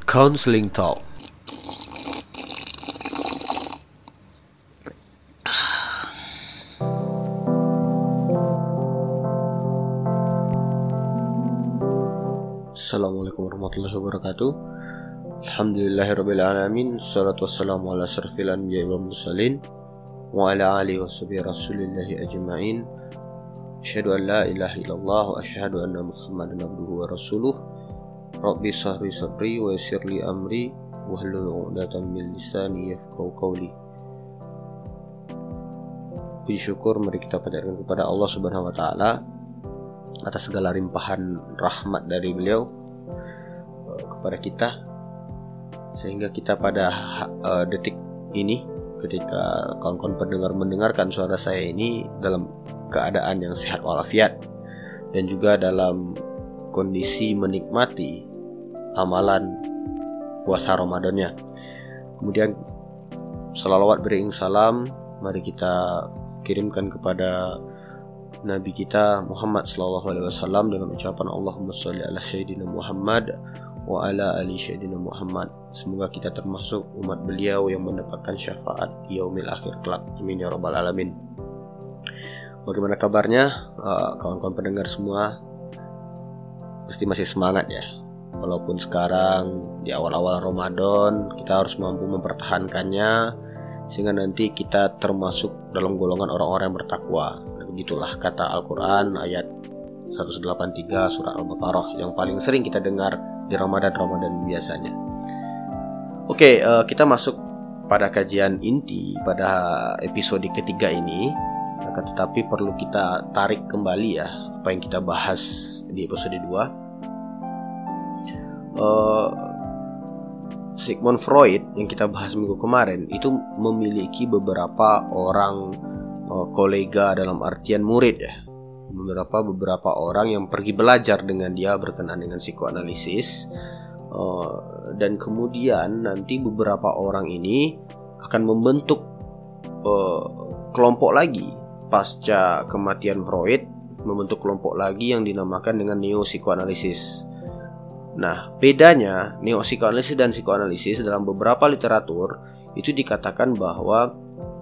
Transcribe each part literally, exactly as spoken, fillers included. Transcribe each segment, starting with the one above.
Counseling Talk. Assalamualaikum warahmatullahi wabarakatuh. Alhamdulillahirabbil alamin. Wassalatu wassalamu ala asyrafil anbiya'i wal mursalin wa ala alihi washabihi rasulillahi ajma'in. Asyhadu an la ilaha illallah wa asyhadu anna Muhammadan abduhu wa rasuluh. Rabbi shrah sadri wa yassir li amri wahlul 'uqdatam min lisani yafqahu qawli. Puji syukur mari kita panjatkan kepada Allah Subhanahu wa taala atas segala limpahan rahmat dari beliau kepada kita, sehingga kita pada uh, detik ini ketika kawan-kawan pendengar mendengarkan suara saya ini dalam keadaan yang sehat walafiat dan juga dalam kondisi menikmati amalan puasa Ramadannya. Kemudian salawat beriring salam mari kita kirimkan kepada Nabi kita Muhammad sallallahu alaihi wasallam dengan ucapan Allahumma shalli ala sayyidina Muhammad wa ala ali sayyidina Muhammad. Semoga kita termasuk umat beliau yang mendapatkan syafaat di yaumil akhir kelak. Amin ya rabbal alamin. Bagaimana kabarnya uh, kawan-kawan pendengar semua? Pasti masih semangat ya. Walaupun sekarang di awal-awal Ramadan kita harus mampu mempertahankannya sehingga nanti kita termasuk dalam golongan orang-orang yang bertakwa. Begitulah kata Al-Quran ayat seratus delapan puluh tiga surat Al-Baqarah yang paling sering kita dengar di Ramadan-Ramadan biasanya. Oke, uh, kita masuk pada kajian inti pada episode ketiga ini. Akan tetapi perlu kita tarik kembali ya apa yang kita bahas di episode dua. uh, Sigmund Freud yang kita bahas minggu kemarin itu memiliki beberapa orang kolega dalam artian murid ya, beberapa beberapa orang yang pergi belajar dengan dia berkenaan dengan psikoanalisis, uh, dan kemudian nanti beberapa orang ini akan membentuk uh, kelompok lagi pasca kematian Freud, membentuk kelompok lagi yang dinamakan dengan neo-psikoanalisis. Nah, bedanya neo-psikoanalisis dan psikoanalisis dalam beberapa literatur itu dikatakan bahwa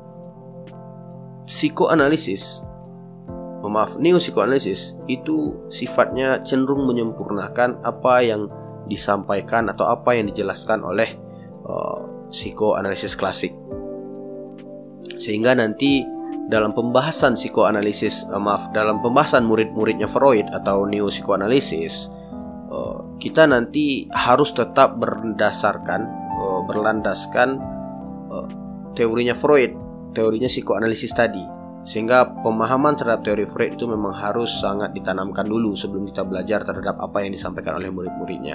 psikoanalisis, maaf, neo-psikoanalisis itu sifatnya cenderung menyempurnakan apa yang disampaikan atau apa yang dijelaskan oleh uh, psikoanalisis klasik. Sehingga nanti dalam pembahasan psikoanalisis, uh, maaf, dalam pembahasan murid-muridnya Freud atau neo-psikoanalisis, uh, kita nanti harus tetap berdasarkan, uh, berlandaskan uh, teorinya Freud, teorinya psikoanalisis tadi, sehingga pemahaman terhadap teori Freud itu memang harus sangat ditanamkan dulu sebelum kita belajar terhadap apa yang disampaikan oleh murid-muridnya.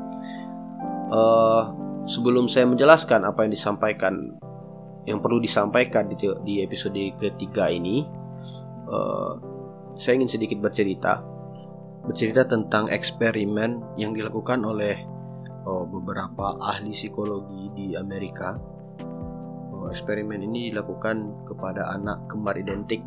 Uh, sebelum saya menjelaskan apa yang disampaikan, yang perlu disampaikan di, di episode ketiga ini, uh, saya ingin sedikit bercerita, bercerita tentang eksperimen yang dilakukan oleh uh, beberapa ahli psikologi di Amerika. Eksperimen ini dilakukan kepada anak kembar identik.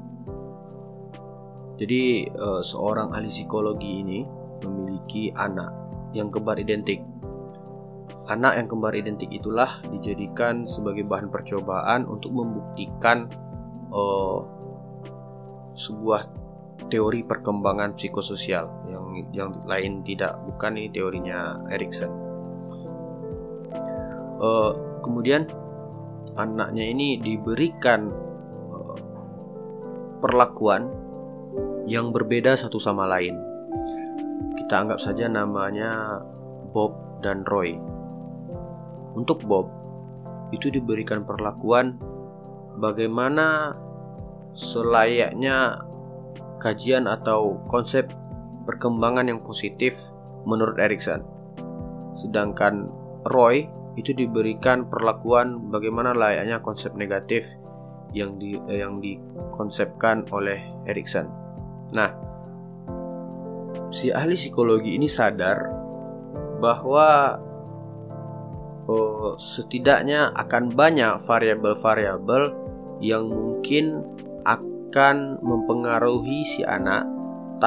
Jadi uh, seorang ahli psikologi ini memiliki anak yang kembar identik. Anak yang kembar identik itulah dijadikan sebagai bahan percobaan untuk membuktikan uh, sebuah teori perkembangan psikososial yang yang lain tidak, bukan ini teorinya Erikson. Uh, kemudian anaknya ini diberikan uh, perlakuan yang berbeda satu sama lain. Kita anggap saja namanya Bob dan Roy. Untuk Bob itu diberikan perlakuan bagaimana selayaknya kajian atau konsep perkembangan yang positif menurut Erikson. Sedangkan Roy itu diberikan perlakuan bagaimana layaknya konsep negatif yang di eh, yang dikonsepkan oleh Erikson. Nah, si ahli psikologi ini sadar bahwa oh, setidaknya akan banyak variabel-variabel yang mungkin akan mempengaruhi si anak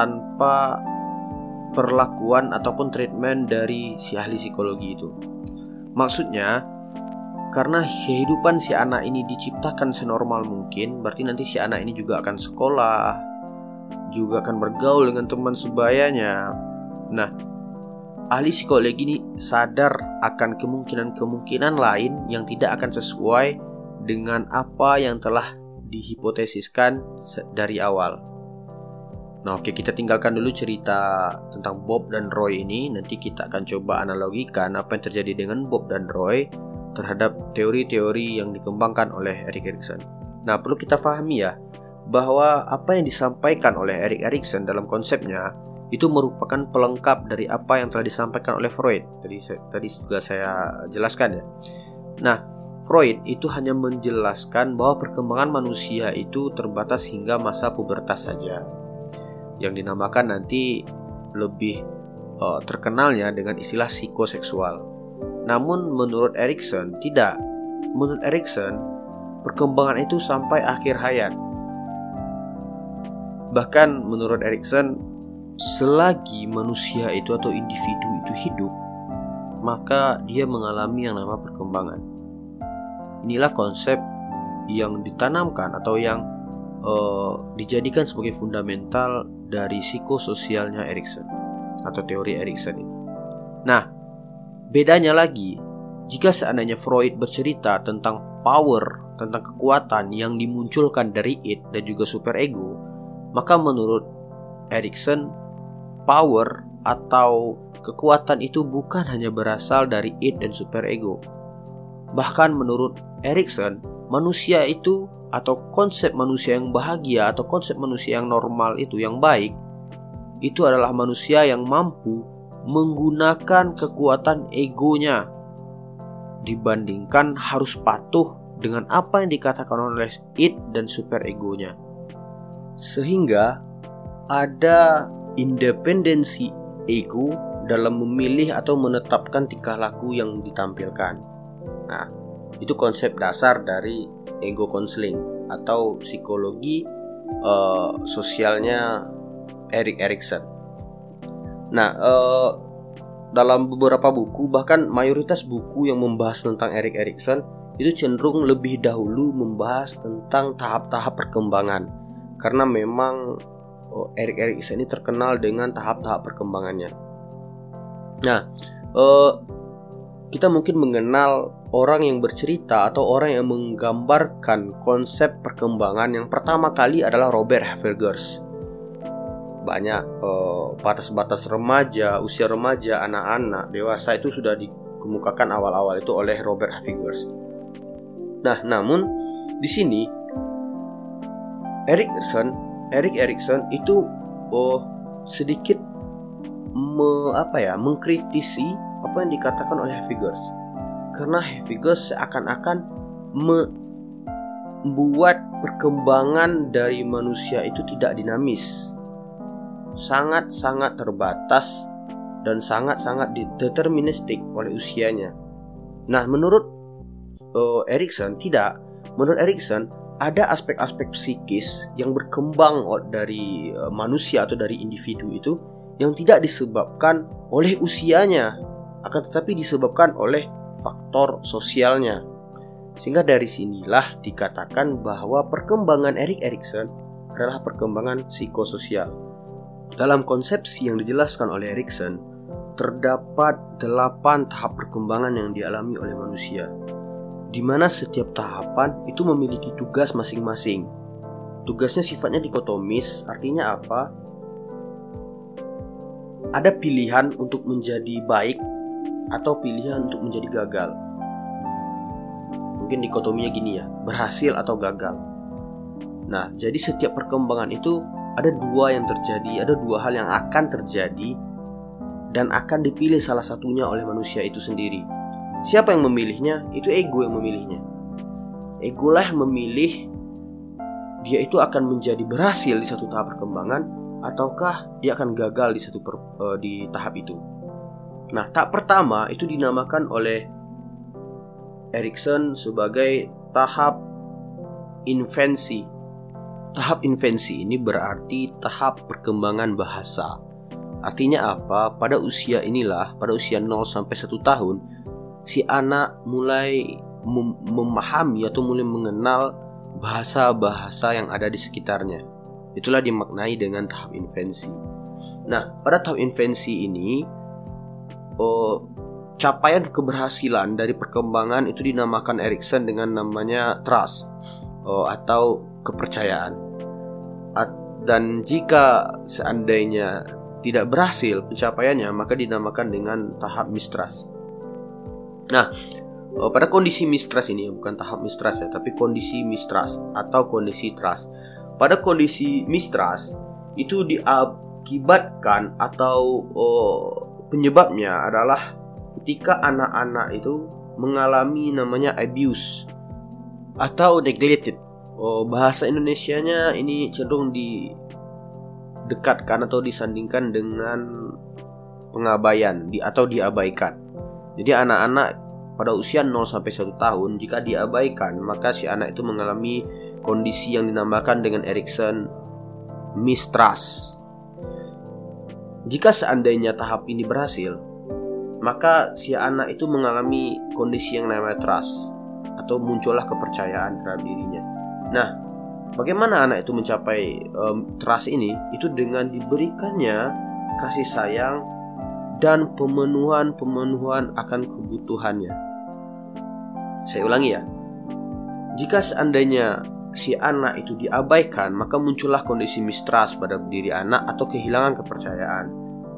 tanpa perlakuan ataupun treatment dari si ahli psikologi itu. Maksudnya, karena kehidupan si anak ini diciptakan senormal mungkin, berarti nanti si anak ini juga akan sekolah, juga akan bergaul dengan teman sebayanya. Nah, ahli psikologi ini sadar akan kemungkinan-kemungkinan lain yang tidak akan sesuai dengan apa yang telah dihipotesiskan dari awal. Nah, oke, kita tinggalkan dulu cerita tentang Bob dan Roy ini. Nanti kita akan coba analogikan apa yang terjadi dengan Bob dan Roy terhadap teori-teori yang dikembangkan oleh Erik Erikson. Nah, perlu kita pahami ya, bahwa apa yang disampaikan oleh Erik Erikson dalam konsepnya itu merupakan pelengkap dari apa yang telah disampaikan oleh Freud. Tadi, tadi juga saya jelaskan ya. Nah, Freud itu hanya menjelaskan bahwa perkembangan manusia itu terbatas hingga masa pubertas saja, yang dinamakan nanti lebih uh, terkenalnya dengan istilah psikoseksual. Namun menurut Erikson tidak. Menurut Erikson, perkembangan itu sampai akhir hayat. Bahkan menurut Erikson, selagi manusia itu atau individu itu hidup, maka dia mengalami yang namanya perkembangan. Inilah konsep yang ditanamkan atau yang uh, dijadikan sebagai fundamental dari psikososialnya Erikson atau teori Erikson ini. Nah, bedanya lagi, jika seandainya Freud bercerita tentang power, tentang kekuatan yang dimunculkan dari id dan juga superego, maka menurut Erikson, power atau kekuatan itu bukan hanya berasal dari id dan superego. Bahkan menurut Erikson, manusia itu atau konsep manusia yang bahagia atau konsep manusia yang normal itu, yang baik, itu adalah manusia yang mampu menggunakan kekuatan egonya dibandingkan harus patuh dengan apa yang dikatakan oleh id dan superegonya. Sehingga ada independensi ego dalam memilih atau menetapkan tingkah laku yang ditampilkan. Nah, itu konsep dasar dari ego counseling atau psikologi uh, sosialnya Erik Erikson. Nah, uh, dalam beberapa buku, bahkan mayoritas buku yang membahas tentang Erik Erikson itu cenderung lebih dahulu membahas tentang tahap-tahap perkembangan, karena memang uh, Erik Erikson ini terkenal dengan tahap-tahap perkembangannya. Nah, uh, kita mungkin mengenal orang yang bercerita atau orang yang menggambarkan konsep perkembangan yang pertama kali adalah Robert Havergers. Banyak uh, batas-batas remaja, usia remaja, anak-anak, dewasa itu sudah dikemukakan awal-awal itu oleh Robert Havergers. Nah, namun di sini Erik Erikson, Erik Erikson itu oh, sedikit me, apa ya, mengkritisi apa yang dikatakan oleh Havergers. Karena Havergers seakan-akan membuat perkembangan dari manusia itu tidak dinamis, sangat-sangat terbatas dan sangat-sangat deterministik oleh usianya. Nah, menurut uh, Erikson tidak. Menurut Erikson ada aspek-aspek psikis yang berkembang dari uh, manusia atau dari individu itu yang tidak disebabkan oleh usianya, akan tetapi disebabkan oleh faktor sosialnya. Sehingga dari sinilah dikatakan bahwa perkembangan Erik Erikson adalah perkembangan psikososial. Dalam konsepsi yang dijelaskan oleh Erikson, terdapat delapan tahap perkembangan yang dialami oleh manusia, di mana setiap tahapan itu memiliki tugas masing-masing. Tugasnya sifatnya dikotomis, artinya apa? Ada pilihan untuk menjadi baik atau pilihan untuk menjadi gagal. Mungkin dikotominya gini ya, berhasil atau gagal. Nah, jadi setiap perkembangan itu ada dua yang terjadi, ada dua hal yang akan terjadi dan akan dipilih salah satunya oleh manusia itu sendiri. Siapa yang memilihnya? Itu ego yang memilihnya. Ego lah yang memilih dia itu akan menjadi berhasil di satu tahap perkembangan ataukah dia akan gagal di satu per, uh, di tahap itu. Nah, tahap pertama itu dinamakan oleh Erikson sebagai tahap invensi. Tahap invensi ini berarti tahap perkembangan bahasa. Artinya apa? Pada usia inilah, pada usia nol sampai satu tahun, si anak mulai mem- memahami atau mulai mengenal bahasa-bahasa yang ada di sekitarnya. Itulah dimaknai dengan tahap infansi. Nah, pada tahap infansi ini oh, capaian keberhasilan dari perkembangan itu dinamakan Erikson dengan namanya trust oh, atau kepercayaan. Dan jika seandainya tidak berhasil pencapaiannya, maka dinamakan dengan tahap mistrust. Nah, pada kondisi mistrust ini, bukan tahap mistrust ya, tapi kondisi mistrust atau kondisi trust. Pada kondisi mistrust itu diakibatkan atau oh, penyebabnya adalah ketika anak-anak itu mengalami namanya abuse atau neglected. Oh, bahasa Indonesianya ini cenderung didekatkan atau disandingkan dengan pengabaian di, atau diabaikan. Jadi anak-anak pada usia nol sampai satu tahun jika diabaikan, maka si anak itu mengalami kondisi yang dinamakan dengan Erikson mistrust. Jika seandainya tahap ini berhasil, maka si anak itu mengalami kondisi yang namanya trust atau muncullah kepercayaan terhadap dirinya. Nah, bagaimana anak itu mencapai um, trust ini? Itu dengan diberikannya kasih sayang dan pemenuhan-pemenuhan akan kebutuhannya. Saya ulangi ya. Jika seandainya si anak itu diabaikan, maka muncullah kondisi mistrust pada diri anak atau kehilangan kepercayaan.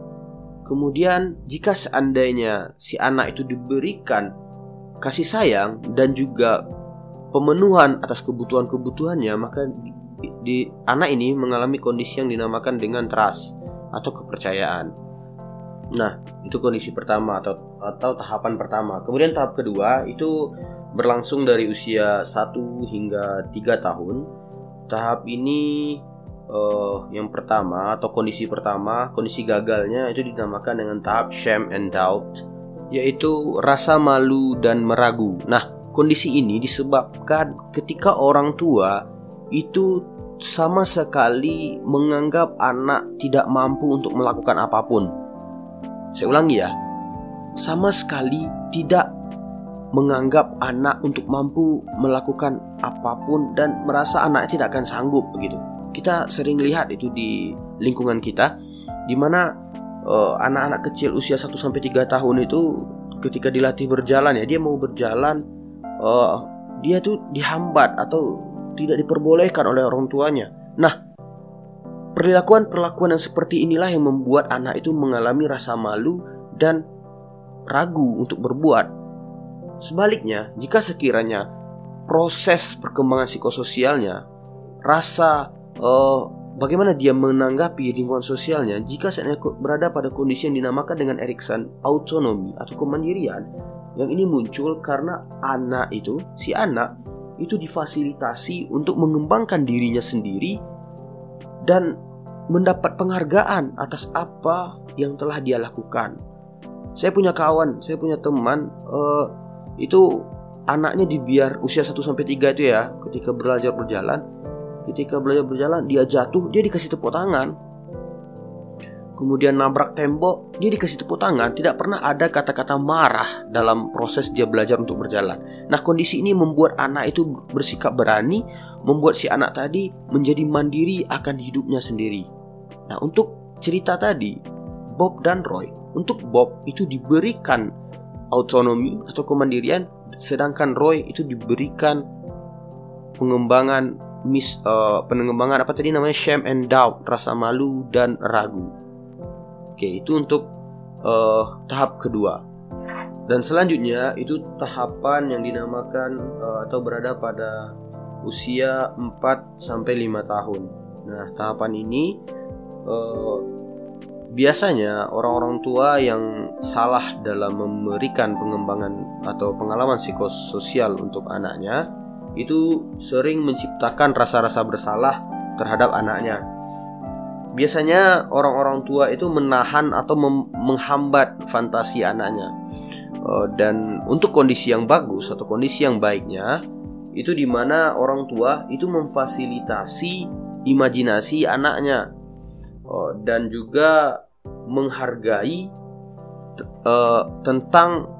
Kemudian jika seandainya si anak itu diberikan kasih sayang dan juga pemenuhan atas kebutuhan-kebutuhannya, maka di, di anak ini mengalami kondisi yang dinamakan dengan trust atau kepercayaan. Nah, itu kondisi pertama atau atau tahapan pertama. Kemudian tahap kedua itu berlangsung dari usia satu hingga tiga tahun. Tahap ini Uh, yang pertama atau kondisi pertama, kondisi gagalnya itu dinamakan dengan tahap shame and doubt, yaitu rasa malu dan meragu. Nah, kondisi ini disebabkan ketika orang tua itu sama sekali menganggap anak tidak mampu untuk melakukan apapun. Saya ulangi ya, sama sekali tidak menganggap anak untuk mampu melakukan apapun dan merasa anak tidak akan sanggup begitu. Kita sering lihat itu di lingkungan kita, di mana uh, anak-anak kecil usia satu sampai tiga tahun itu ketika dilatih berjalan ya, dia mau berjalan, uh, dia tuh dihambat atau tidak diperbolehkan oleh orang tuanya. Nah, perlakuan-perlakuan yang seperti inilah yang membuat anak itu mengalami rasa malu dan ragu untuk berbuat. Sebaliknya, jika sekiranya proses perkembangan psikososialnya, rasa Uh, bagaimana dia menanggapi lingkungan sosialnya, jika seandainya berada pada kondisi yang dinamakan dengan Erikson autonomi atau kemandirian, yang ini muncul karena anak itu, si anak itu difasilitasi untuk mengembangkan dirinya sendiri dan mendapat penghargaan atas apa yang telah dia lakukan. Saya punya kawan, saya punya teman, uh, itu anaknya dibiar usia satu sampai tiga itu ya, ketika belajar berjalan, Ketika belajar berjalan, dia jatuh, dia dikasih tepuk tangan. Kemudian nabrak tembok, dia dikasih tepuk tangan. Tidak pernah ada kata-kata marah dalam proses dia belajar untuk berjalan. Nah, kondisi ini membuat anak itu bersikap berani, membuat si anak tadi menjadi mandiri akan hidupnya sendiri. Nah, untuk cerita tadi, Bob dan Roy, untuk Bob itu diberikan autonomi atau kemandirian, sedangkan Roy itu diberikan pengembangan Mis, uh, pengembangan apa tadi namanya shame and doubt, rasa malu dan ragu. Oke, itu untuk uh, tahap kedua. Dan selanjutnya itu tahapan yang dinamakan uh, atau berada pada usia empat sampai lima tahun. Nah, tahapan ini uh, biasanya orang-orang tua yang salah dalam memberikan pengembangan atau pengalaman psikososial untuk anaknya itu sering menciptakan rasa-rasa bersalah terhadap anaknya. Biasanya orang-orang tua itu menahan atau mem- menghambat fantasi anaknya. Uh, dan untuk kondisi yang bagus atau kondisi yang baiknya, itu dimana orang tua itu memfasilitasi imajinasi anaknya, uh, dan juga menghargai t- uh, tentang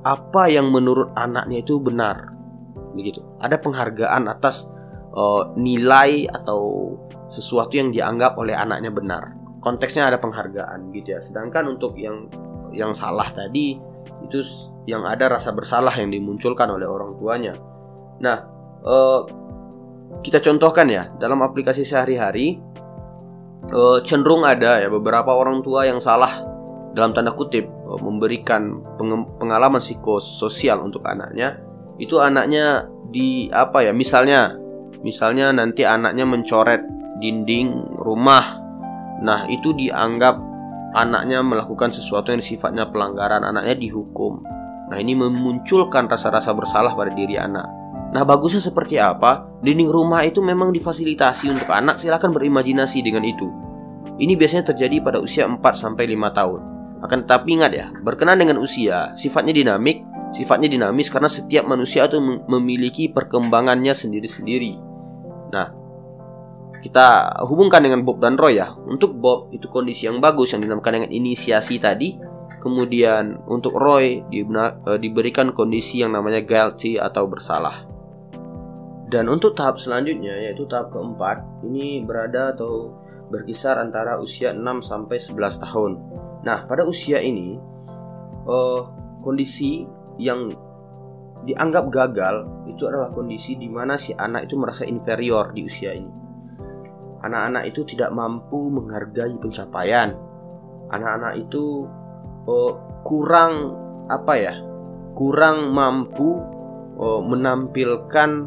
apa yang menurut anaknya itu benar, begitu. Ada penghargaan atas uh, nilai atau sesuatu yang dianggap oleh anaknya benar. Konteksnya ada penghargaan, gitu ya. Sedangkan untuk yang yang salah tadi itu yang ada rasa bersalah yang dimunculkan oleh orang tuanya. Nah, uh, kita contohkan ya dalam aplikasi sehari-hari, uh, cenderung ada ya beberapa orang tua yang salah dalam tanda kutip uh, memberikan peng- pengalaman psikososial untuk anaknya. Itu anaknya di apa ya? Misalnya, misalnya nanti anaknya mencoret dinding rumah. Nah, itu dianggap anaknya melakukan sesuatu yang sifatnya pelanggaran, anaknya dihukum. Nah, ini memunculkan rasa-rasa bersalah pada diri anak. Nah, bagusnya seperti apa? Dinding rumah itu memang difasilitasi untuk anak, silakan berimajinasi dengan itu. Ini biasanya terjadi pada usia empat sampai lima tahun. Akan tetapi ingat ya, berkenaan dengan usia, sifatnya dinamik, sifatnya dinamis karena setiap manusia itu memiliki perkembangannya sendiri-sendiri. Nah, kita hubungkan dengan Bob dan Roy ya. Untuk Bob itu kondisi yang bagus yang dinamakan dengan inisiasi tadi. Kemudian untuk Roy diberikan kondisi yang namanya guilty atau bersalah. Dan untuk tahap selanjutnya yaitu tahap keempat, ini berada atau berkisar antara usia enam sampai sebelas tahun. Nah, pada usia ini uh, kondisi yang dianggap gagal itu adalah kondisi di mana si anak itu merasa inferior di usia ini. Anak-anak itu tidak mampu menghargai pencapaian. Anak-anak itu uh, kurang apa ya? Kurang mampu uh, menampilkan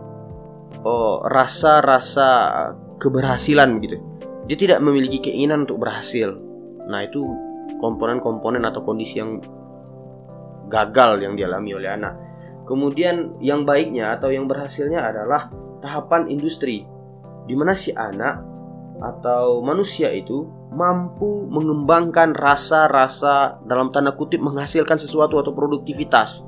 uh, rasa-rasa keberhasilan gitu. Dia tidak memiliki keinginan untuk berhasil. Nah, itu komponen-komponen atau kondisi yang gagal yang dialami oleh anak. Kemudian yang baiknya atau yang berhasilnya adalah tahapan industri, di mana si anak atau manusia itu mampu mengembangkan rasa-rasa dalam tanda kutip menghasilkan sesuatu atau produktivitas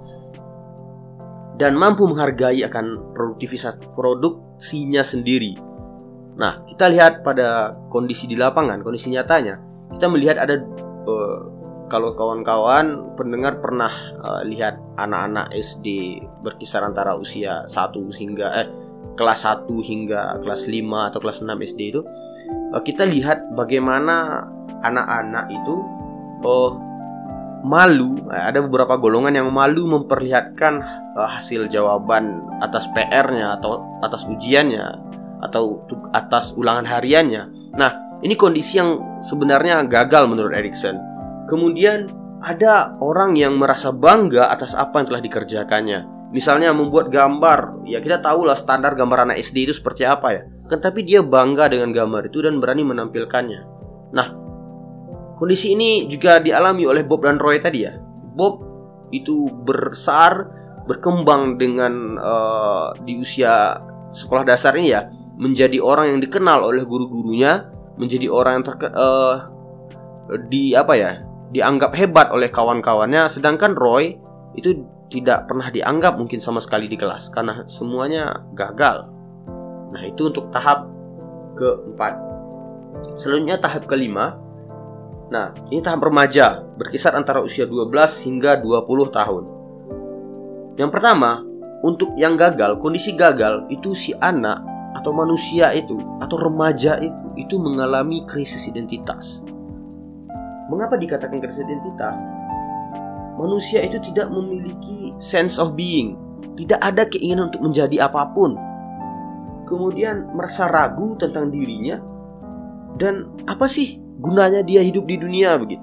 dan mampu menghargai akan produktivitas produksinya sendiri. Nah, kita lihat pada kondisi di lapangan, kondisi nyatanya, kita melihat ada uh, kalau kawan-kawan pendengar pernah uh, lihat anak-anak S D berkisar antara usia satu hingga eh kelas satu hingga kelas lima atau kelas enam S D itu, uh, kita lihat bagaimana anak-anak itu uh, malu. Ada beberapa golongan yang malu memperlihatkan uh, hasil jawaban atas P R-nya atau atas ujiannya atau atas ulangan hariannya. Nah, ini kondisi yang sebenarnya gagal menurut Erikson. Kemudian ada orang yang merasa bangga atas apa yang telah dikerjakannya. Misalnya membuat gambar. Ya, kita tahu lah standar gambar anak S D itu seperti apa ya. Kan tapi dia bangga dengan gambar itu dan berani menampilkannya. Nah, kondisi ini juga dialami oleh Bob dan Roy tadi ya. Bob itu besar, berkembang dengan uh, di usia sekolah dasar ini ya, menjadi orang yang dikenal oleh guru-gurunya, menjadi orang yang terke, uh, di apa ya, dianggap hebat oleh kawan-kawannya. Sedangkan Roy itu tidak pernah dianggap mungkin sama sekali di kelas karena semuanya gagal. Nah, itu untuk tahap keempat. Selanjutnya tahap kelima. Nah, ini tahap remaja, berkisar antara usia dua belas hingga dua puluh tahun. Yang pertama, untuk yang gagal, kondisi gagal itu si anak atau manusia itu atau remaja itu itu mengalami krisis identitas. Mengapa dikatakan krisis identitas? Manusia itu tidak memiliki sense of being, tidak ada keinginan untuk menjadi apapun. Kemudian merasa ragu tentang dirinya dan apa sih gunanya dia hidup di dunia begitu.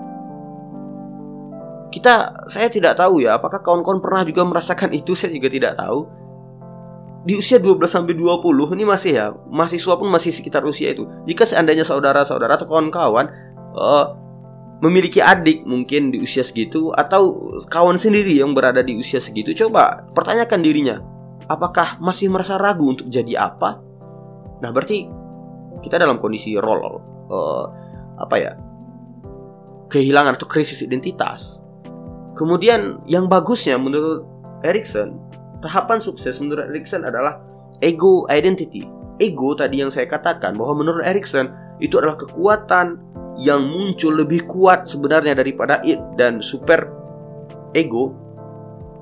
Kita, saya tidak tahu ya, apakah kawan-kawan pernah juga merasakan itu, saya juga tidak tahu. Di usia dua belas sampai dua puluh ini masih ya, mahasiswa pun masih sekitar usia itu. Jika seandainya saudara-saudara atau kawan-kawan uh, memiliki adik mungkin di usia segitu, atau kawan sendiri yang berada di usia segitu, coba pertanyakan dirinya, apakah masih merasa ragu untuk jadi apa? Nah, berarti kita dalam kondisi role uh, apa ya, kehilangan atau krisis identitas. Kemudian yang bagusnya menurut Erikson, tahapan sukses menurut Erikson adalah ego identity. Ego tadi yang saya katakan bahwa menurut Erikson itu adalah kekuatan yang muncul lebih kuat sebenarnya daripada id dan super ego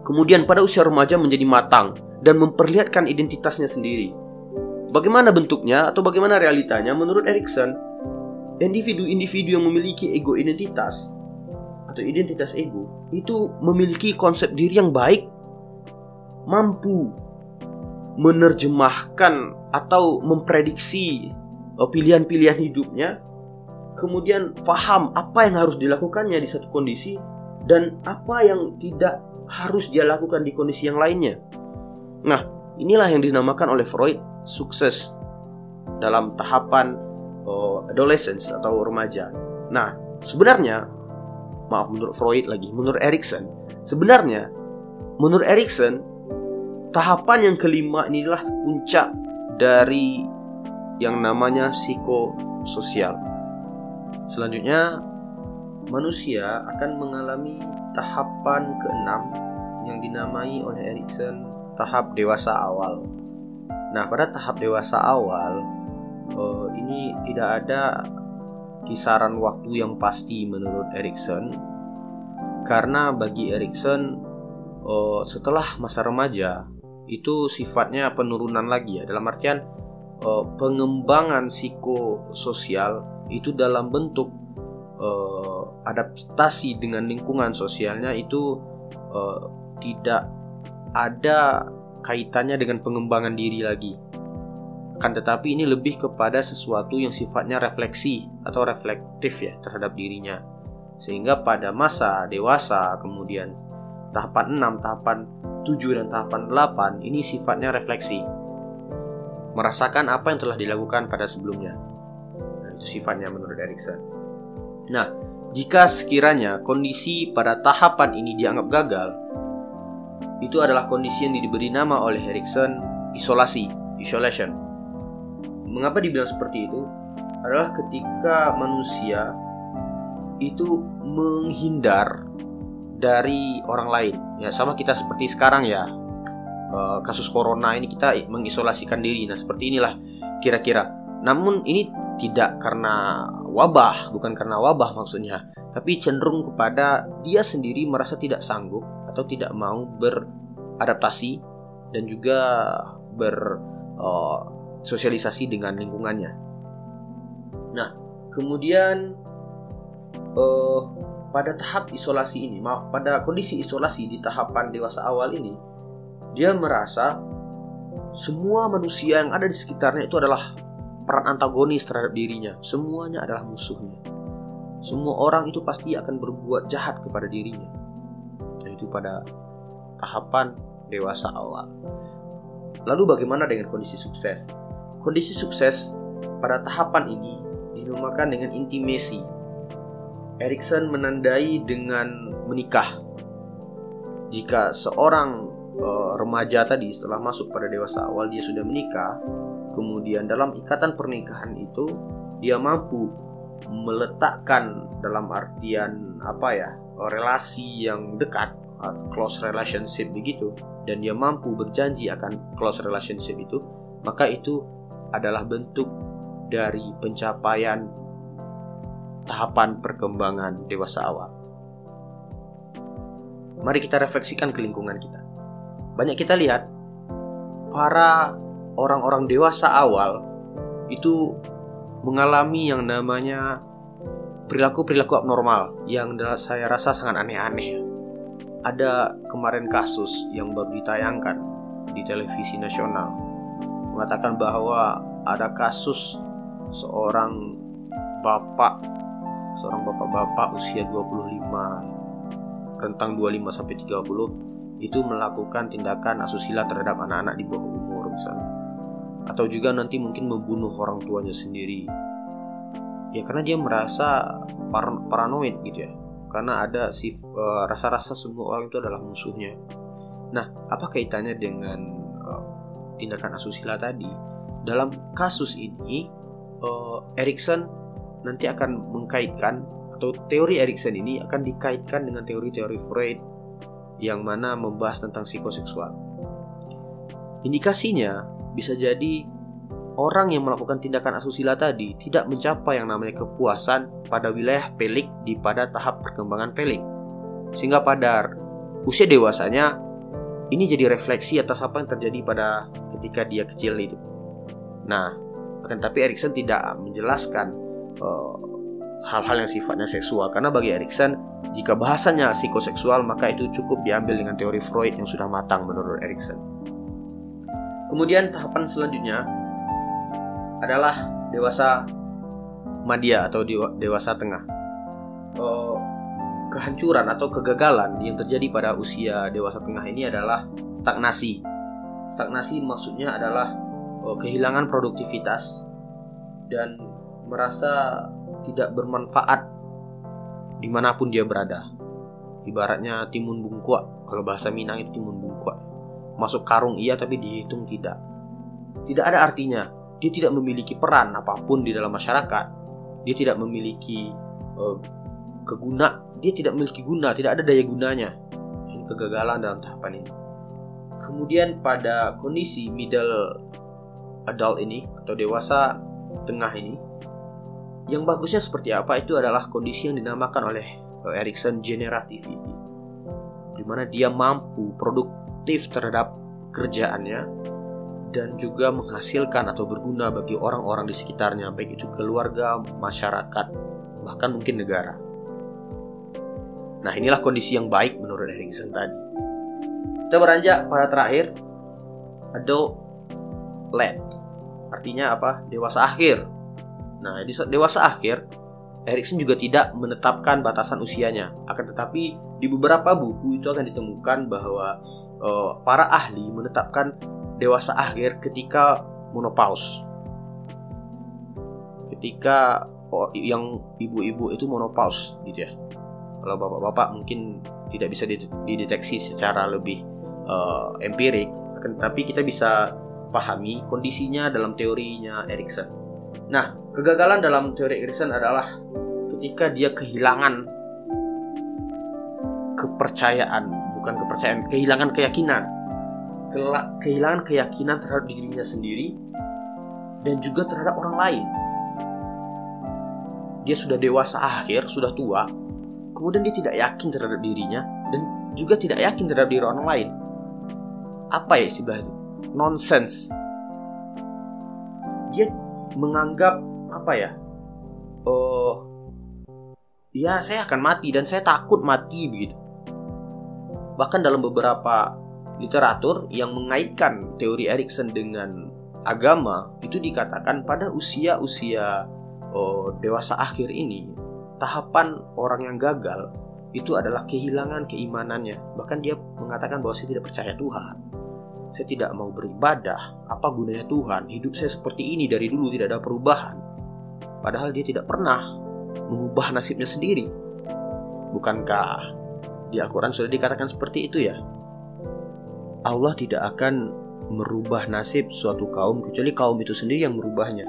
kemudian pada usia remaja menjadi matang dan memperlihatkan identitasnya sendiri. Bagaimana bentuknya atau bagaimana realitanya? Menurut Erikson, individu-individu yang memiliki ego identitas atau identitas ego itu memiliki konsep diri yang baik, mampu menerjemahkan atau memprediksi pilihan-pilihan hidupnya, kemudian paham apa yang harus dilakukannya di satu kondisi dan apa yang tidak harus dia lakukan di kondisi yang lainnya. Nah, inilah yang dinamakan oleh Freud sukses dalam tahapan uh, adolescence atau remaja. Nah, sebenarnya, maaf menurut Freud lagi, menurut Erikson, sebenarnya menurut Erikson tahapan yang kelima inilah puncak dari yang namanya psikososial. Selanjutnya, manusia akan mengalami tahapan keenam yang dinamai oleh Erikson tahap dewasa awal. Nah, pada tahap dewasa awal uh, ini tidak ada kisaran waktu yang pasti menurut Erikson, karena bagi Erikson uh, setelah masa remaja itu sifatnya penurunan lagi ya, dalam artian uh, pengembangan psikososial itu dalam bentuk uh, adaptasi dengan lingkungan sosialnya itu uh, tidak ada kaitannya dengan pengembangan diri lagi. Akan tetapi ini lebih kepada sesuatu yang sifatnya refleksi atau reflektif ya terhadap dirinya. Sehingga pada masa dewasa kemudian tahapan enam, tahapan tujuh dan tahapan delapan ini sifatnya refleksi. Merasakan apa yang telah dilakukan pada sebelumnya. Nah, itu sifatnya menurut Erikson. Nah, jika sekiranya kondisi pada tahapan ini dianggap gagal, itu adalah kondisi yang diberi nama oleh Erikson isolasi, isolation. Mengapa dibilang seperti itu? Adalah ketika manusia itu menghindar dari orang lain. Ya, sama kita seperti sekarang ya. E, kasus corona ini kita mengisolasikan diri. Nah, seperti inilah kira-kira. Namun ini tidak karena wabah, bukan karena wabah maksudnya, tapi cenderung kepada dia sendiri merasa tidak sanggup atau tidak mau beradaptasi dan juga bersosialisasi uh, dengan lingkungannya. Nah, kemudian uh, pada tahap isolasi ini, maaf, pada kondisi isolasi di tahapan dewasa awal ini, dia merasa semua manusia yang ada di sekitarnya itu adalah peran antagonis terhadap dirinya. Semuanya adalah musuhnya. Semua orang itu pasti akan berbuat jahat kepada dirinya. Itu pada tahapan dewasa awal. Lalu bagaimana dengan kondisi sukses? Kondisi sukses pada tahapan ini dinamakan dengan intimacy. Erikson menandai dengan menikah. Jika seorang e, remaja tadi setelah masuk pada dewasa awal dia sudah menikah, kemudian dalam ikatan pernikahan itu dia mampu meletakkan dalam artian apa ya, relasi yang dekat, close relationship begitu, dan dia mampu berjanji akan close relationship itu, maka itu adalah bentuk dari pencapaian tahapan perkembangan dewasa awal. Mari kita refleksikan ke lingkungan kita. Banyak kita lihat para orang-orang dewasa awal itu mengalami yang namanya perilaku-perilaku abnormal yang saya rasa sangat aneh-aneh. Ada kemarin kasus yang baru ditayangkan di televisi nasional mengatakan bahwa ada kasus seorang bapak seorang bapak-bapak usia dua puluh lima, rentang dua puluh lima sampai tiga puluh itu melakukan tindakan asusila terhadap anak-anak di bawah umur misalnya, atau juga nanti mungkin membunuh orang tuanya sendiri. Ya karena dia merasa par- paranoid gitu ya. Karena ada sif, uh, rasa-rasa semua orang itu adalah musuhnya. Nah, apa kaitannya dengan uh, tindakan asusila tadi? Dalam kasus ini, uh, Erikson nanti akan mengkaitkan, atau teori Erikson ini akan dikaitkan dengan teori-teori Freud yang mana membahas tentang psikoseksual. Indikasinya bisa jadi orang yang melakukan tindakan asusila tadi tidak mencapai yang namanya kepuasan pada wilayah pelik di pada tahap perkembangan pelik, sehingga pada usia dewasanya ini jadi refleksi atas apa yang terjadi pada ketika dia kecil itu. Nah, akan tapi Erikson tidak menjelaskan uh, hal-hal yang sifatnya seksual, karena bagi Erikson jika bahasanya psikoseksual maka itu cukup diambil dengan teori Freud yang sudah matang menurut Erikson. Kemudian tahapan selanjutnya adalah dewasa madya atau dewasa tengah. Uh, kehancuran atau kegagalan yang terjadi pada usia dewasa tengah ini adalah stagnasi. Stagnasi maksudnya adalah uh, kehilangan produktivitas dan merasa tidak bermanfaat dimanapun dia berada. Ibaratnya timun bungkuak, kalau bahasa Minang itu timun bungkuak. Masuk karung iya tapi dihitung tidak. Tidak ada artinya. Dia tidak memiliki peran apapun di dalam masyarakat. Dia tidak memiliki uh, keguna, dia tidak memiliki guna, tidak ada daya gunanya. Ini kegagalan dalam tahapan ini. Kemudian pada kondisi middle adult ini atau dewasa tengah ini, yang bagusnya seperti apa itu adalah kondisi yang dinamakan oleh Erikson generativity, di mana dia mampu produktif terhadap kerjaannya dan juga menghasilkan atau berguna bagi orang-orang di sekitarnya, baik itu keluarga, masyarakat, bahkan mungkin negara. Nah, inilah kondisi yang baik menurut Erikson tadi. Kita beranjak pada terakhir, adult-led. Artinya apa? Dewasa akhir. Nah, di dewasa akhir, Erikson juga tidak menetapkan batasan usianya. Akan tetapi, di beberapa buku itu akan ditemukan bahwa uh, para ahli menetapkan dewasa akhir ketika menopause. Ketika oh, yang ibu-ibu itu menopause, gitu ya. Kalau bapak-bapak mungkin tidak bisa dideteksi secara lebih uh, empirik, tapi kita bisa pahami kondisinya dalam teorinya Erikson. Nah, kegagalan dalam teori Erikson adalah ketika dia kehilangan kepercayaan, bukan kepercayaan, kehilangan keyakinan, kehilangan keyakinan terhadap dirinya sendiri dan juga terhadap orang lain. Dia sudah dewasa akhir, sudah tua. Kemudian dia tidak yakin terhadap dirinya dan juga tidak yakin terhadap diri orang lain. Apa ya istilah itu? Nonsense. Dia menganggap apa ya? Oh, ya saya akan mati dan saya takut mati begitu. Bahkan dalam beberapa literatur yang mengaitkan teori Erikson dengan agama itu dikatakan pada usia-usia oh, dewasa akhir ini, tahapan orang yang gagal itu adalah kehilangan keimanannya. Bahkan dia mengatakan bahwa saya tidak percaya Tuhan, saya tidak mau beribadah, apa gunanya Tuhan, hidup saya seperti ini dari dulu tidak ada perubahan. Padahal dia tidak pernah mengubah nasibnya sendiri. Bukankah di Al-Quran sudah dikatakan seperti itu ya? Allah tidak akan merubah nasib suatu kaum kecuali kaum itu sendiri yang merubahnya.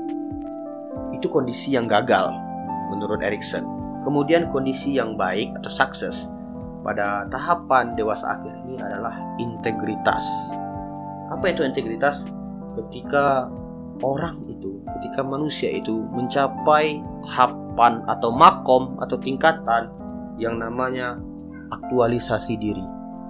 Itu kondisi yang gagal menurut Erikson. Kemudian kondisi yang baik atau sukses pada tahapan dewasa akhir ini adalah integritas. Apa itu integritas? Ketika orang itu, ketika manusia itu mencapai tahapan atau makom atau tingkatan yang namanya aktualisasi diri.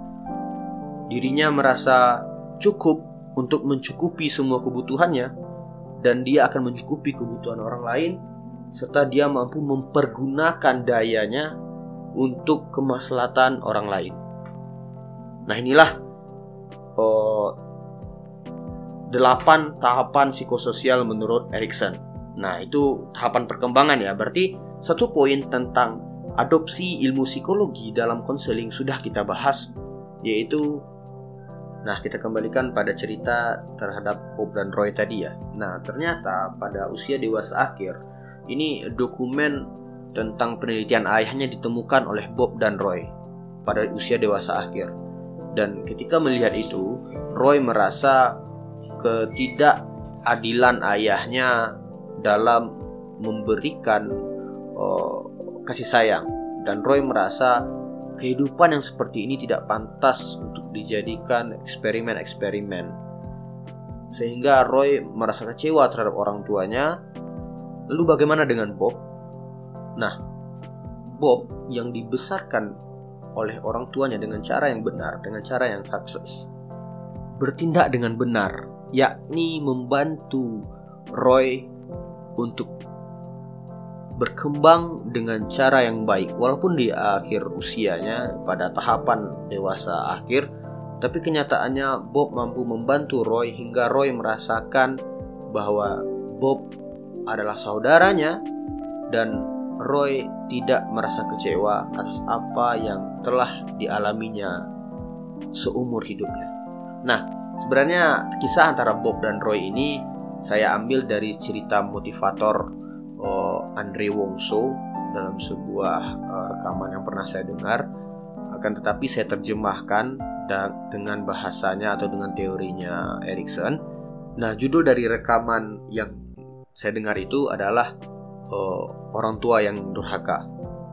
Dirinya merasa cukup untuk mencukupi semua kebutuhannya dan dia akan mencukupi kebutuhan orang lain, serta dia mampu mempergunakan dayanya untuk kemaslahatan orang lain. Nah, inilah oh, delapan tahapan psikososial menurut Erikson. Nah, itu tahapan perkembangan ya. Berarti satu poin tentang adopsi ilmu psikologi dalam konseling sudah kita bahas, yaitu nah, kita kembalikan pada cerita terhadap Bob dan Roy tadi ya. Nah, ternyata pada usia dewasa akhir ini dokumen tentang penelitian ayahnya ditemukan oleh Bob dan Roy pada usia dewasa akhir. Dan ketika melihat itu, Roy merasa ketidakadilan ayahnya dalam memberikan uh, kasih sayang. Dan Roy merasa kehidupan yang seperti ini tidak pantas untuk dijadikan eksperimen-eksperimen. Sehingga Roy merasa kecewa terhadap orang tuanya. Lalu bagaimana dengan Bob? Nah, Bob yang dibesarkan oleh orang tuanya dengan cara yang benar, dengan cara yang sukses, bertindak dengan benar, yakni membantu Roy untuk berkembang dengan cara yang baik. Walaupun di akhir usianya, pada tahapan dewasa akhir, tapi kenyataannya Bob mampu membantu Roy hingga Roy merasakan bahwa Bob adalah saudaranya, dan Roy tidak merasa kecewa atas apa yang telah dialaminya seumur hidupnya. Nah, sebenarnya kisah antara Bob dan Roy ini saya ambil dari cerita motivator uh, Andre Wongso dalam sebuah uh, rekaman yang pernah saya dengar. Akan tetapi saya terjemahkan dan dengan bahasanya atau dengan teorinya Erikson. Nah, judul dari rekaman yang saya dengar itu adalah Uh, orang tua yang durhaka.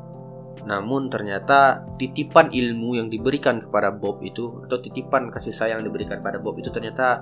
Namun ternyata titipan ilmu yang diberikan kepada Bob itu, atau titipan kasih sayang yang diberikan pada Bob itu ternyata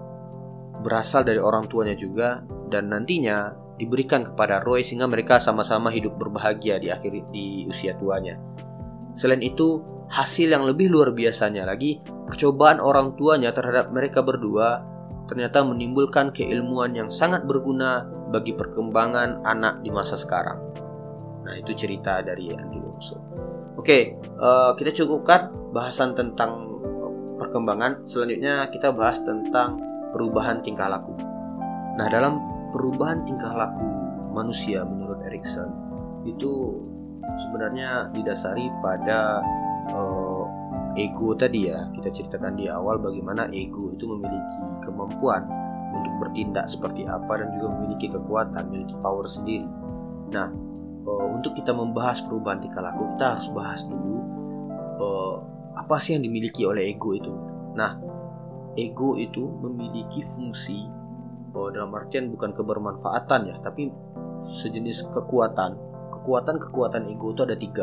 berasal dari orang tuanya juga, dan nantinya diberikan kepada Roy sehingga mereka sama-sama hidup berbahagia di akhir di usia tuanya. Selain itu, hasil yang lebih luar biasanya lagi, percobaan orang tuanya terhadap mereka berdua ternyata menimbulkan keilmuan yang sangat berguna bagi perkembangan anak di masa sekarang. Nah, itu cerita dari Andre Wongso. Oke, uh, kita cukupkan bahasan tentang perkembangan. Selanjutnya kita bahas tentang perubahan tingkah laku. Nah, dalam perubahan tingkah laku manusia menurut Erikson itu sebenarnya didasari pada uh, ego tadi ya. Kita ceritakan di awal bagaimana ego itu memiliki kemampuan untuk bertindak seperti apa dan juga memiliki kekuatan, memiliki power sendiri. Nah, uh, untuk kita membahas perubahan tingkah laku, kita harus bahas dulu uh, apa sih yang dimiliki oleh ego itu. Nah, ego itu memiliki fungsi uh, dalam artian bukan kebermanfaatan ya, tapi sejenis kekuatan. Kekuatan-kekuatan ego itu ada tiga.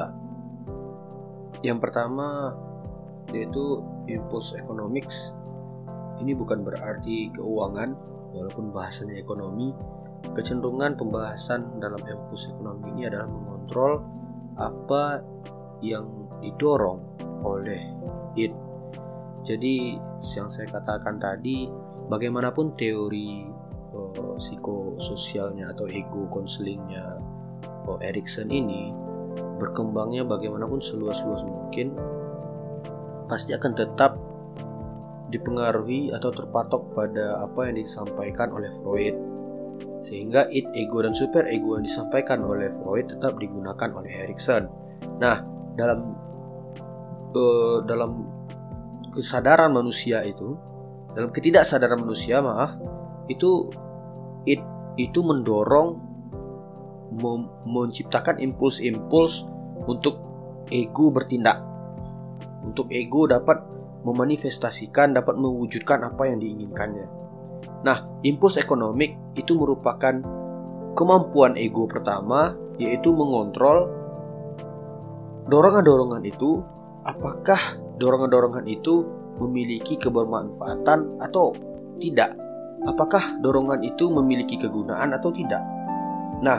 Yang pertama yaitu impulse economics. Ini bukan berarti keuangan, walaupun bahasanya ekonomi. Kecenderungan pembahasan dalam impulse ekonomi ini adalah mengontrol apa yang didorong oleh it. Jadi yang saya katakan tadi, bagaimanapun teori uh, psikososialnya atau ego counselingnya uh, Erikson ini berkembangnya bagaimanapun seluas-luas mungkin, pasti akan tetap dipengaruhi atau terpatok pada apa yang disampaikan oleh Freud, sehingga id, ego, dan super ego yang disampaikan oleh Freud tetap digunakan oleh Erikson. Nah, dalam uh, dalam kesadaran manusia itu, dalam ketidaksadaran manusia, maaf, itu id itu mendorong mem- menciptakan impuls-impuls untuk ego bertindak, untuk ego dapat memanifestasikan, dapat mewujudkan apa yang diinginkannya. Nah, impuls ekonomik itu merupakan kemampuan ego pertama, yaitu mengontrol dorongan-dorongan itu. Apakah dorongan-dorongan itu memiliki kebermanfaatan atau tidak? Apakah dorongan itu memiliki kegunaan atau tidak? Nah,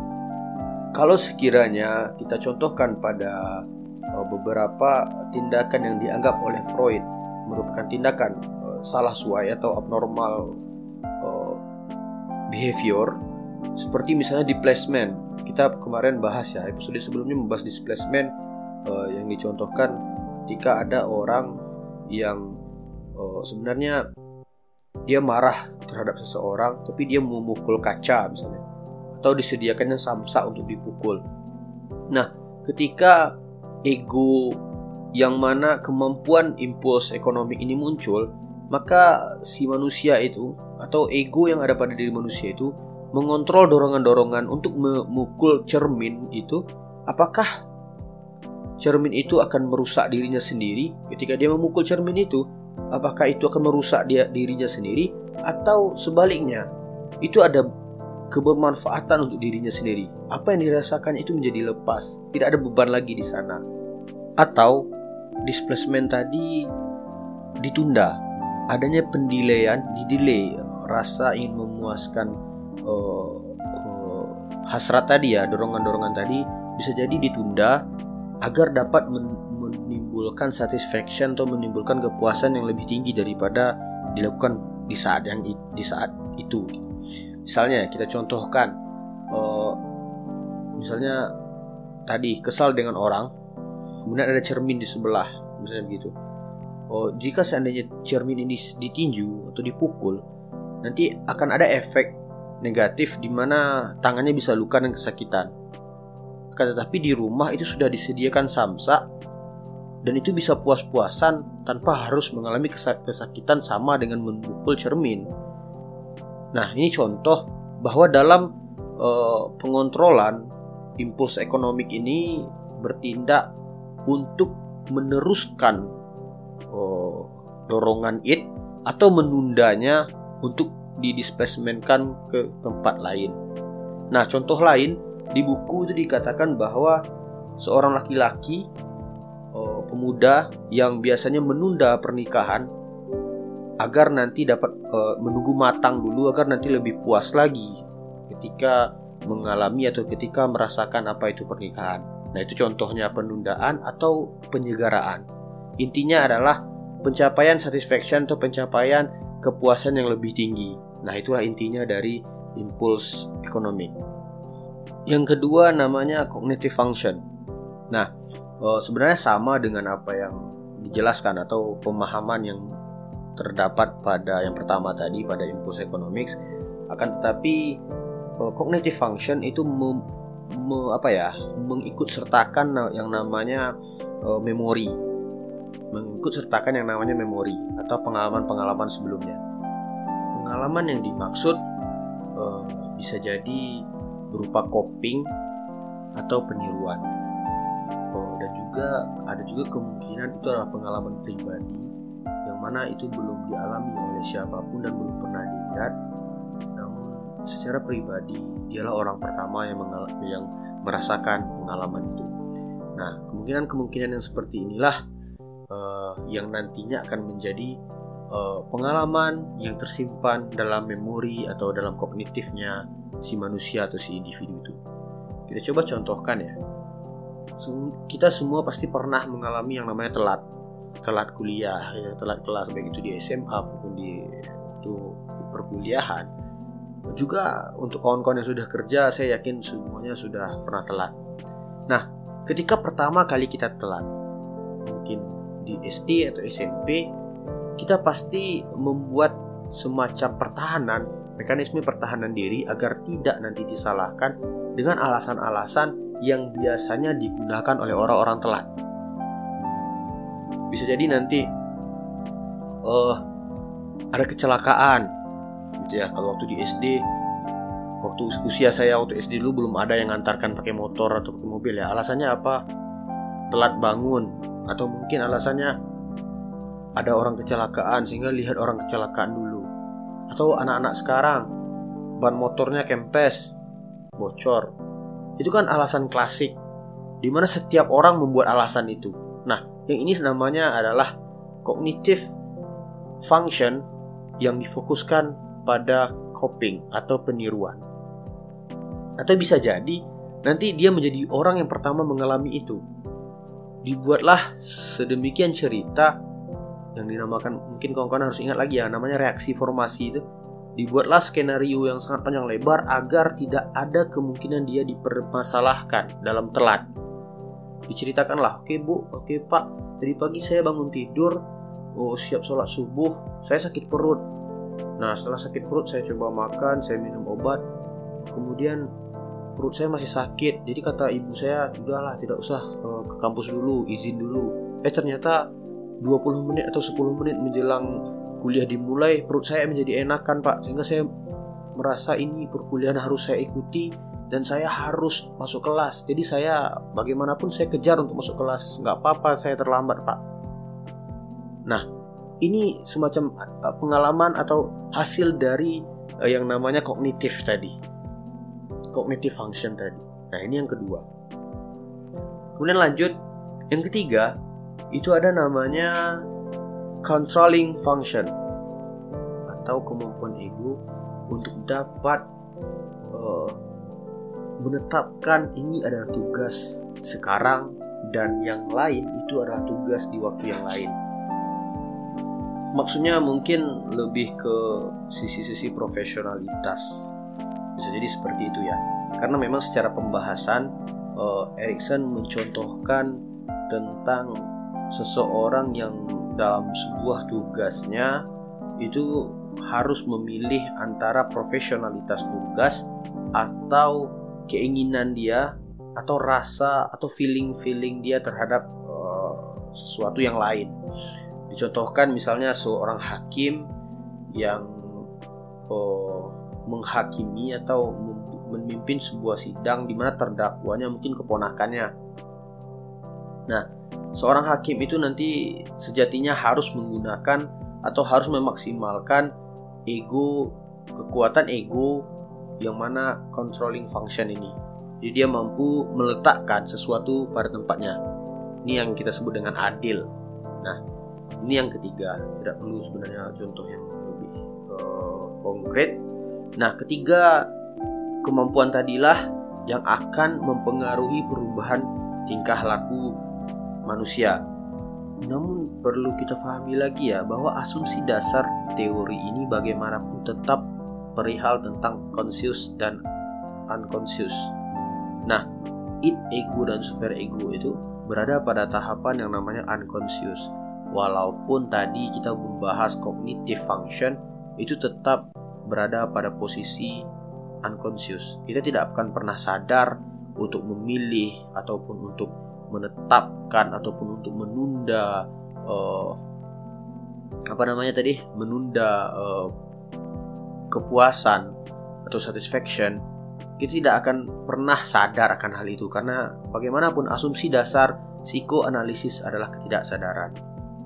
kalau sekiranya kita contohkan pada beberapa tindakan yang dianggap oleh Freud merupakan tindakan uh, salah suai atau abnormal uh, behavior, seperti misalnya displacement. Kita kemarin bahas ya, episode sebelumnya membahas displacement, uh, yang dicontohkan ketika ada orang yang uh, sebenarnya dia marah terhadap seseorang, tapi dia memukul kaca misalnya, atau disediakannya samsak untuk dipukul. Nah, ketika ego yang mana kemampuan impuls ekonomi ini muncul, maka si manusia itu atau ego yang ada pada diri manusia itu mengontrol dorongan-dorongan untuk memukul cermin itu. Apakah cermin itu akan merusak dirinya sendiri ketika dia memukul cermin itu? Apakah itu akan merusak dia dirinya sendiri, atau sebaliknya itu ada kebermanfaatan untuk dirinya sendiri? Apa yang dirasakan itu menjadi lepas, tidak ada beban lagi di sana. Atau displacement tadi ditunda, adanya pendelaian, didelay, rasa ingin memuaskan uh, uh, hasrat tadi ya, dorongan-dorongan tadi bisa jadi ditunda agar dapat men- menimbulkan satisfaction atau menimbulkan kepuasan yang lebih tinggi daripada dilakukan di saat yang di saat itu. Misalnya kita contohkan, uh, misalnya tadi kesal dengan orang, kemudian ada cermin di sebelah, misalnya begitu. Oh, jika seandainya cermin ini ditinju atau dipukul, nanti akan ada efek negatif di mana tangannya bisa luka dan kesakitan. Tetapi di rumah itu sudah disediakan samsak dan itu bisa puas-puasan tanpa harus mengalami kesakitan sama dengan memukul cermin. Nah, ini contoh bahwa dalam uh, pengontrolan impuls ekonomik ini bertindak untuk meneruskan uh, dorongan id atau menundanya untuk didisplacementkan ke tempat lain. Nah, contoh lain di buku itu dikatakan bahwa seorang laki-laki oh, pemuda yang biasanya menunda pernikahan agar nanti dapat uh, menunggu matang dulu agar nanti lebih puas lagi ketika mengalami atau ketika merasakan apa itu pernikahan. Nah, itu contohnya penundaan atau penyegaraan. Intinya adalah pencapaian satisfaction atau pencapaian kepuasan yang lebih tinggi. Nah, itulah intinya dari impuls ekonomi. Yang kedua namanya cognitive function. Nah, sebenarnya sama dengan apa yang dijelaskan atau pemahaman yang terdapat pada yang pertama tadi pada impuls economics. Akan tetapi cognitive function itu mem, me, apa ya, mengikut sertakan yang namanya uh, memori. Mengikut sertakan yang namanya memori atau pengalaman-pengalaman sebelumnya. Pengalaman yang dimaksud uh, bisa jadi berupa coping atau peniruan. Oh, dan juga ada juga kemungkinan itu adalah pengalaman pribadi yang mana itu belum dialami oleh siapapun dan belum pernah dilihat. Namun secara pribadi dialah orang pertama yang mengalami, yang merasakan pengalaman itu. Nah, kemungkinan-kemungkinan yang seperti inilah uh, yang nantinya akan menjadi uh, pengalaman yang tersimpan dalam memori atau dalam kognitifnya si manusia atau si individu itu. Kita coba contohkan ya. Kita semua pasti pernah mengalami yang namanya telat. Telat kuliah, ya, telat kelas baik itu di S M A maupun di itu perkuliahan. Juga untuk kawan-kawan yang sudah kerja, saya yakin semuanya sudah pernah telat. Nah, ketika pertama kali kita telat, mungkin di S D atau S M P, kita pasti membuat semacam pertahanan, mekanisme pertahanan diri agar tidak nanti disalahkan dengan alasan-alasan yang biasanya digunakan oleh orang-orang telat. Bisa jadi nanti uh, ada kecelakaan gitu ya. Kalau waktu di S D, waktu usia saya waktu S D dulu belum ada yang ngantarkan pakai motor atau pakai mobil ya. Alasannya apa? Telat bangun, atau mungkin alasannya ada orang kecelakaan sehingga lihat orang kecelakaan dulu. Atau anak-anak sekarang ban motornya kempes, bocor. Itu kan alasan klasik di mana setiap orang membuat alasan itu. Nah, yang ini namanya adalah cognitive function yang difokuskan pada coping atau peniruan. Atau bisa jadi nanti dia menjadi orang yang pertama mengalami itu. Dibuatlah sedemikian cerita yang dinamakan, mungkin kawan-kawan harus ingat lagi ya, namanya reaksi formasi itu. Dibuatlah skenario yang sangat panjang lebar agar tidak ada kemungkinan dia dipermasalahkan dalam telat. Diceritakanlah, oke bu, oke pak, tadi pagi saya bangun tidur, oh siap sholat subuh, saya sakit perut. Nah, setelah sakit perut saya coba makan, saya minum obat, kemudian perut saya masih sakit. Jadi kata ibu saya, udahlah tidak usah uh, ke kampus dulu, izin dulu. Eh ternyata dua puluh menit atau sepuluh menit menjelang kuliah dimulai, perut saya menjadi enakan pak, sehingga saya merasa ini perkuliahan harus saya ikuti dan saya harus masuk kelas. Jadi saya bagaimanapun saya kejar untuk masuk kelas, nggak apa-apa saya terlambat pak. Nah, ini semacam pengalaman atau hasil dari uh, yang namanya kognitif tadi, cognitive function tadi. Nah, ini yang kedua. Kemudian lanjut, yang ketiga itu ada namanya controlling function atau kemampuan ego untuk dapat uh, menetapkan ini adalah tugas sekarang dan yang lain itu adalah tugas di waktu yang lain. Maksudnya mungkin lebih ke sisi-sisi profesionalitas, bisa jadi seperti itu ya. Karena memang secara pembahasan uh, Erikson mencontohkan tentang seseorang yang dalam sebuah tugasnya itu harus memilih antara profesionalitas tugas atau keinginan dia atau rasa atau feeling-feeling dia terhadap uh, sesuatu yang lain. Dicontohkan misalnya seorang hakim yang uh, menghakimi atau memimpin sebuah sidang di mana terdakwanya mungkin keponakannya. Nah, seorang hakim itu nanti sejatinya harus menggunakan atau harus memaksimalkan ego, kekuatan ego yang mana controlling function ini. Jadi dia mampu meletakkan sesuatu pada tempatnya. Ini yang kita sebut dengan adil. Nah, ini yang ketiga. Tidak perlu sebenarnya contoh yang lebih uh, konkret. Nah, ketiga, kemampuan tadilah yang akan mempengaruhi perubahan tingkah laku manusia. Namun perlu kita pahami lagi ya, bahwa asumsi dasar teori ini bagaimanapun tetap perihal tentang conscious dan unconscious. Nah, id, ego, dan super ego itu berada pada tahapan yang namanya unconscious. Walaupun tadi kita membahas cognitive function, itu tetap berada pada posisi unconscious. Kita tidak akan pernah sadar untuk memilih ataupun untuk menetapkan ataupun untuk menunda uh, apa namanya tadi menunda uh, kepuasan atau satisfaction. Kita tidak akan pernah sadar akan hal itu, karena bagaimanapun asumsi dasar psikoanalisis adalah ketidaksadaran.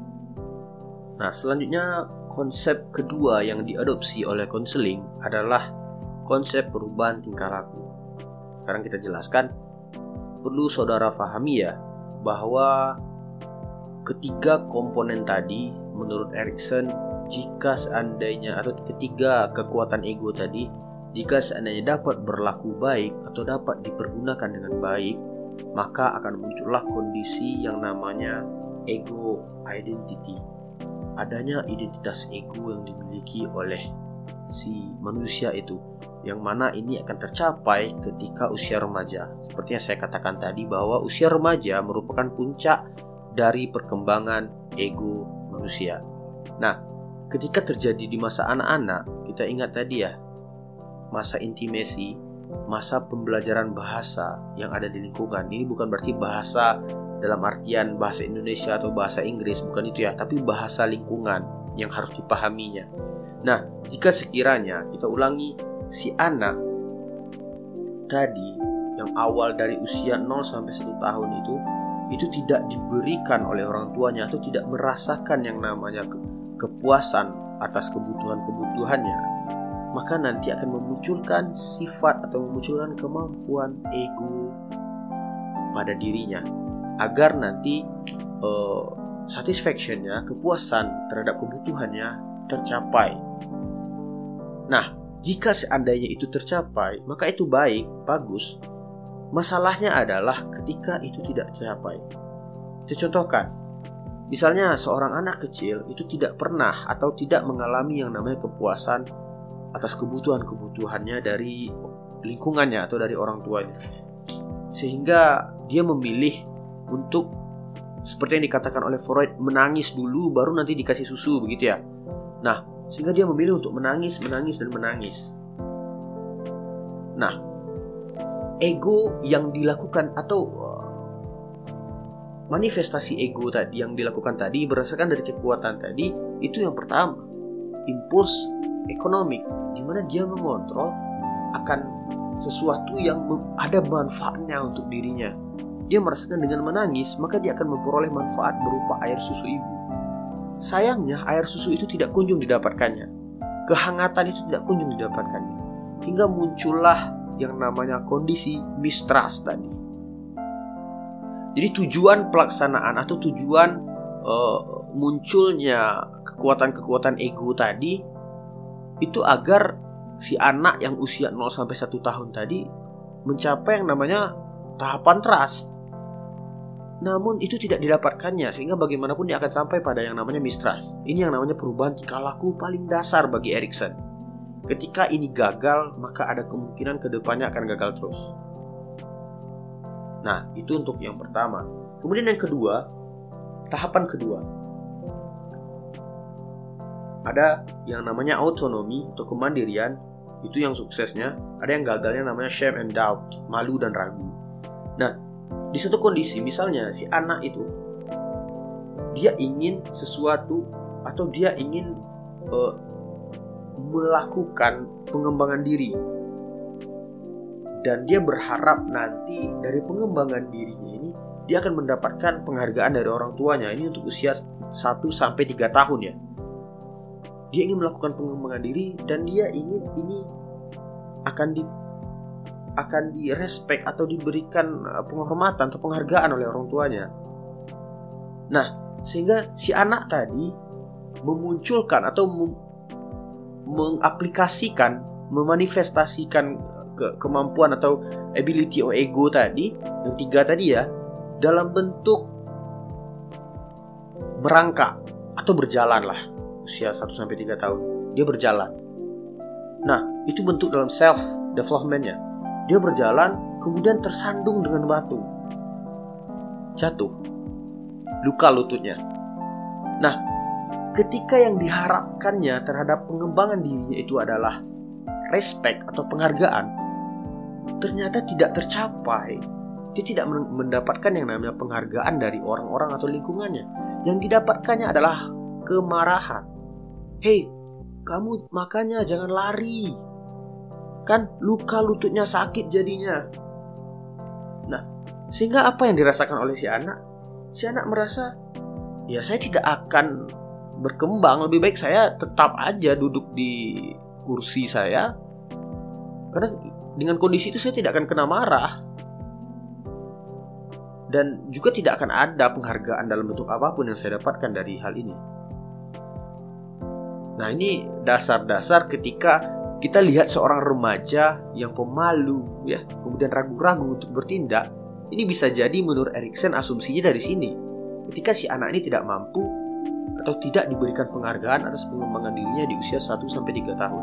Nah, selanjutnya konsep kedua yang diadopsi oleh konseling adalah konsep perubahan tingkah laku. Sekarang kita jelaskan. Perlu saudara pahami ya, bahwa ketiga komponen tadi menurut Erikson, jika seandainya atau ketiga kekuatan ego tadi, jika seandainya dapat berlaku baik atau dapat dipergunakan dengan baik, maka akan muncullah kondisi yang namanya ego identity. Adanya identitas ego yang dimiliki oleh si manusia itu, yang mana ini akan tercapai ketika usia remaja. Seperti yang saya katakan tadi, bahwa usia remaja merupakan puncak dari perkembangan ego manusia. Nah, ketika terjadi di masa anak-anak, kita ingat tadi ya, masa intimasi, masa pembelajaran bahasa yang ada di lingkungan. Ini bukan berarti bahasa dalam artian bahasa Indonesia atau bahasa Inggris, bukan itu ya, tapi bahasa lingkungan yang harus dipahaminya. Nah, jika sekiranya kita ulangi, si anak tadi yang awal dari usia nol sampai satu tahun itu itu tidak diberikan oleh orang tuanya atau tidak merasakan yang namanya ke- kepuasan atas kebutuhan-kebutuhannya, maka nanti akan memunculkan sifat atau memunculkan kemampuan ego pada dirinya, agar nanti uh, satisfaction-nya, kepuasan terhadap kebutuhannya tercapai. Nah, jika seandainya itu tercapai, maka itu baik, bagus. Masalahnya adalah ketika itu tidak tercapai. Kita contohkan, misalnya seorang anak kecil itu tidak pernah atau tidak mengalami yang namanya kepuasan atas kebutuhan-kebutuhannya dari lingkungannya atau dari orang tuanya, sehingga dia memilih untuk, seperti yang dikatakan oleh Freud, menangis dulu baru nanti dikasih susu, begitu ya. Nah, sehingga dia memilih untuk menangis, menangis, dan menangis. Nah, ego yang dilakukan atau uh, manifestasi ego tadi yang dilakukan tadi berdasarkan dari kekuatan tadi, itu yang pertama, impuls ekonomik, di mana dia mengontrol akan sesuatu yang ada manfaatnya untuk dirinya. Dia merasakan dengan menangis, maka dia akan memperoleh manfaat berupa air susu ibu. Sayangnya, air susu itu tidak kunjung didapatkannya. Kehangatan itu tidak kunjung didapatkannya. Hingga muncullah yang namanya kondisi mistrust tadi. Jadi tujuan pelaksanaan atau tujuan uh, munculnya kekuatan-kekuatan ego tadi itu agar si anak yang usia nol sampai satu tahun tadi mencapai yang namanya tahapan trust. namun itu tidak didapatkannya, sehingga bagaimanapun dia akan sampai pada yang namanya mistrust. Ini yang namanya perubahan tingkah laku paling dasar bagi Erikson. Ketika ini gagal, maka ada kemungkinan kedepannya akan gagal terus. Nah, itu untuk yang pertama. Kemudian yang kedua, tahapan kedua, ada yang namanya autonomi atau kemandirian. Itu yang suksesnya. Ada yang gagalnya namanya shame and doubt, malu dan ragu. Nah, di suatu kondisi, misalnya si anak itu dia ingin sesuatu atau dia ingin uh, melakukan pengembangan diri, dan dia berharap nanti dari pengembangan dirinya ini dia akan mendapatkan penghargaan dari orang tuanya. Ini untuk usia satu sampai tiga tahun ya. Dia ingin melakukan pengembangan diri dan dia ingin ini akan di akan direspek atau diberikan penghormatan atau penghargaan oleh orang tuanya. Nah, sehingga si anak tadi memunculkan atau mem- mengaplikasikan, memanifestasikan ke- kemampuan atau ability or ego tadi, yang tiga tadi ya, dalam bentuk merangkak atau berjalan lah. Usia satu sampai tiga tahun dia berjalan. Nah, itu bentuk dalam self development-nya. Dia berjalan, kemudian tersandung dengan batu, jatuh, luka lututnya. Nah, ketika yang diharapkannya terhadap pengembangan dirinya itu adalah respect atau penghargaan, ternyata tidak tercapai. Dia tidak mendapatkan yang namanya penghargaan dari orang-orang atau lingkungannya. Yang didapatkannya adalah kemarahan. Hei, kamu makanya jangan lari. Kan luka lututnya sakit jadinya. Nah, sehingga apa yang dirasakan oleh si anak? Si anak merasa, ya saya tidak akan berkembang. Lebih baik saya tetap aja duduk di kursi saya. Karena dengan kondisi itu saya tidak akan kena marah. Dan juga tidak akan ada penghargaan dalam bentuk apapun yang saya dapatkan dari hal ini. Nah, ini dasar-dasar ketika kita lihat seorang remaja yang pemalu, ya, kemudian ragu-ragu untuk bertindak. Ini bisa jadi menurut Erikson asumsinya dari sini. Ketika si anak ini tidak mampu atau tidak diberikan penghargaan atas pengembangan dirinya di usia satu sampai tiga tahun.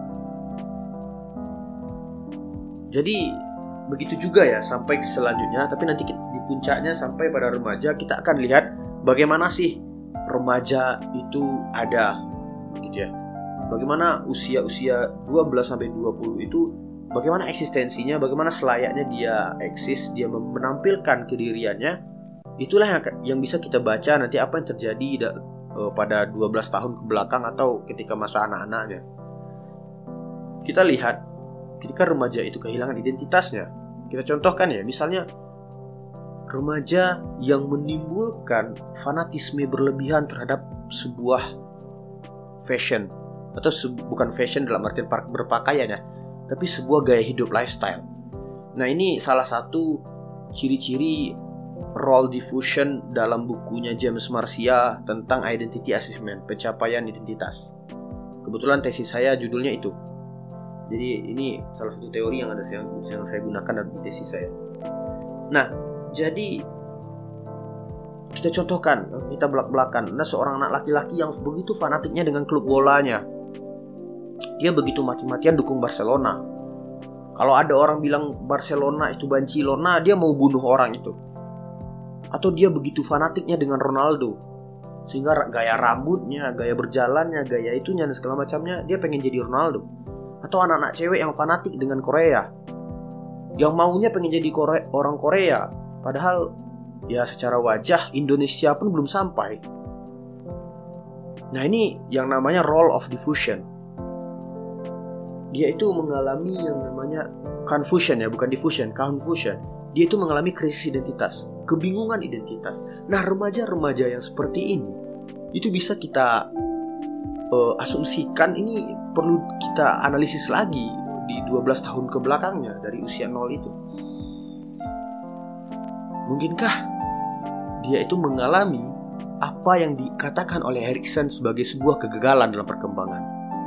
Jadi begitu juga ya sampai selanjutnya, tapi nanti di puncaknya sampai pada remaja kita akan lihat bagaimana sih remaja itu ada, gitu ya. Bagaimana usia-usia dua belas sampai dua puluh itu, bagaimana eksistensinya, bagaimana selayaknya dia eksis, dia menampilkan kediriannya. Itulah yang, yang bisa kita baca nanti apa yang terjadi da, uh, pada dua belas tahun ke belakang atau ketika masa anak-anaknya. Kita lihat ketika remaja itu kehilangan identitasnya. Kita contohkan ya, misalnya remaja yang menimbulkan fanatisme berlebihan terhadap sebuah fashion, atau se- bukan fashion dalam artian berpakaian ya, tapi sebuah gaya hidup, lifestyle. Nah, ini salah satu ciri-ciri role diffusion dalam bukunya James Marcia tentang identity assessment, pencapaian identitas. Kebetulan tesis saya judulnya itu. Jadi ini salah satu teori yang ada yang, yang saya gunakan dalam tesis saya. Nah, jadi kita contohkan, kita belak-belakan. Nah, seorang anak laki-laki yang begitu fanatiknya dengan klub bolanya. Dia begitu mati-matian dukung Barcelona. Kalau ada orang bilang Barcelona itu Barcelona, dia mau bunuh orang itu. Atau dia begitu fanatiknya dengan Ronaldo, sehingga gaya rambutnya, gaya berjalannya, gaya itunya dan segala macamnya, dia pengen jadi Ronaldo. Atau anak-anak cewek yang fanatik dengan Korea, yang maunya pengen jadi Korea, orang Korea, padahal ya secara wajah Indonesia pun belum sampai. Nah, ini yang namanya role of diffusion. Dia itu mengalami yang namanya confusion ya, bukan diffusion, confusion. Dia itu mengalami krisis identitas, kebingungan identitas. Nah, remaja-remaja yang seperti ini itu bisa kita uh, asumsikan ini perlu kita analisis lagi di dua belas tahun ke belakangnya dari usia nol itu. Mungkinkah dia itu mengalami apa yang dikatakan oleh Erikson sebagai sebuah kegagalan dalam perkembangan?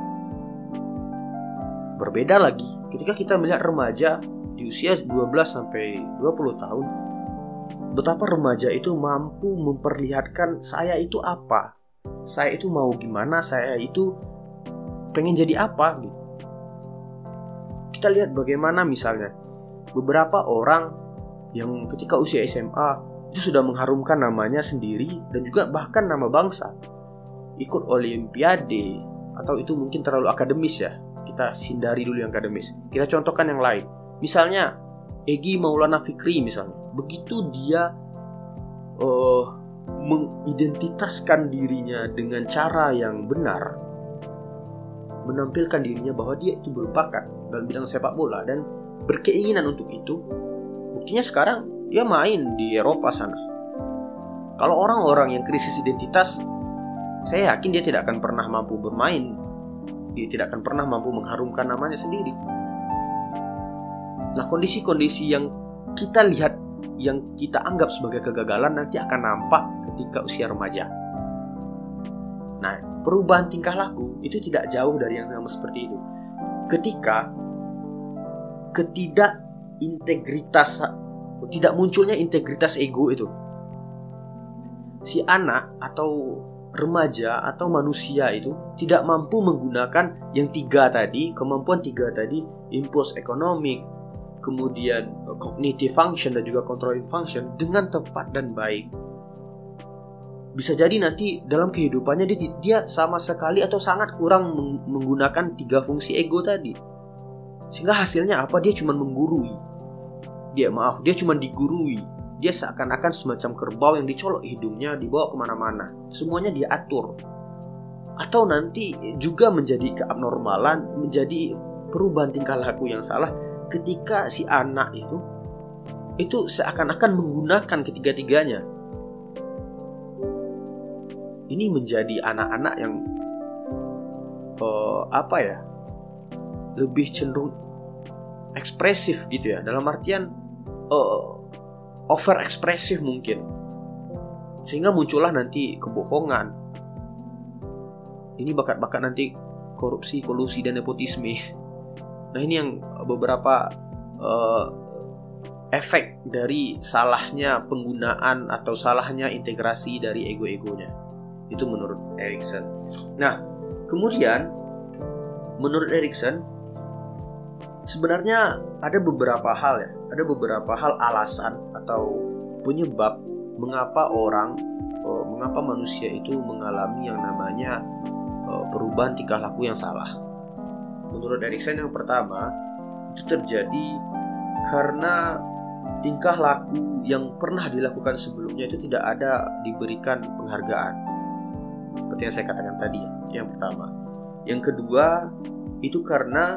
Berbeda lagi ketika kita melihat remaja di usia dua belas sampai dua puluh tahun betapa remaja itu mampu memperlihatkan saya itu apa, saya itu mau gimana, saya itu pengen jadi apa gitu. Kita lihat bagaimana misalnya beberapa orang yang ketika usia S M A itu sudah mengharumkan namanya sendiri dan juga bahkan nama bangsa, ikut olimpiade, atau itu mungkin terlalu akademis ya, kita hindari dulu yang akademis. Kita contohkan yang lain, misalnya Egy Maulana Fikri misalnya, begitu dia uh, mengidentitaskan dirinya dengan cara yang benar, menampilkan dirinya bahwa dia itu berbakat dalam bidang sepak bola dan berkeinginan untuk itu, buktinya sekarang dia main di Eropa sana. Kalau orang-orang yang krisis identitas, saya yakin dia tidak akan pernah mampu bermain, dia tidak akan pernah mampu mengharumkan namanya sendiri. Nah, kondisi-kondisi yang kita lihat, yang kita anggap sebagai kegagalan, nanti akan nampak ketika usia remaja. Nah, perubahan tingkah laku itu tidak jauh dari yang sama seperti itu. Ketika ketidakintegritas, tidak munculnya integritas ego itu, si anak atau remaja atau manusia itu tidak mampu menggunakan yang tiga tadi, kemampuan tiga tadi, impuls ekonomik, kemudian cognitive function dan juga controlling function dengan tepat dan baik. Bisa jadi nanti dalam kehidupannya dia, dia sama sekali atau sangat kurang menggunakan tiga fungsi ego tadi. Sehingga hasilnya apa? Dia cuma menggurui. Dia maaf, dia cuma digurui. Dia seakan-akan semacam kerbau yang dicolok hidungnya, dibawa kemana-mana. Semuanya dia atur. Atau nanti juga menjadi keabnormalan, menjadi perubahan tingkah laku yang salah ketika si anak itu itu seakan-akan menggunakan ketiga-tiganya. Ini menjadi anak-anak yang uh, apa ya, lebih cenderung ekspresif gitu ya, dalam artian uh, over ekspresif mungkin, sehingga muncullah nanti kebohongan. Ini bakat-bakat nanti korupsi, kolusi dan nepotisme. Nah, ini yang beberapa uh, efek dari salahnya penggunaan atau salahnya integrasi dari ego-egonya. Itu menurut Erikson. Nah, kemudian menurut Erikson sebenarnya ada beberapa hal ya, ada beberapa hal alasan atau penyebab mengapa orang, uh, mengapa manusia itu mengalami yang namanya uh, perubahan tingkah laku yang salah. Menurut Erikson yang pertama itu terjadi karena tingkah laku yang pernah dilakukan sebelumnya itu tidak ada diberikan penghargaan. Seperti yang saya katakan tadi ya, yang pertama. Yang kedua itu karena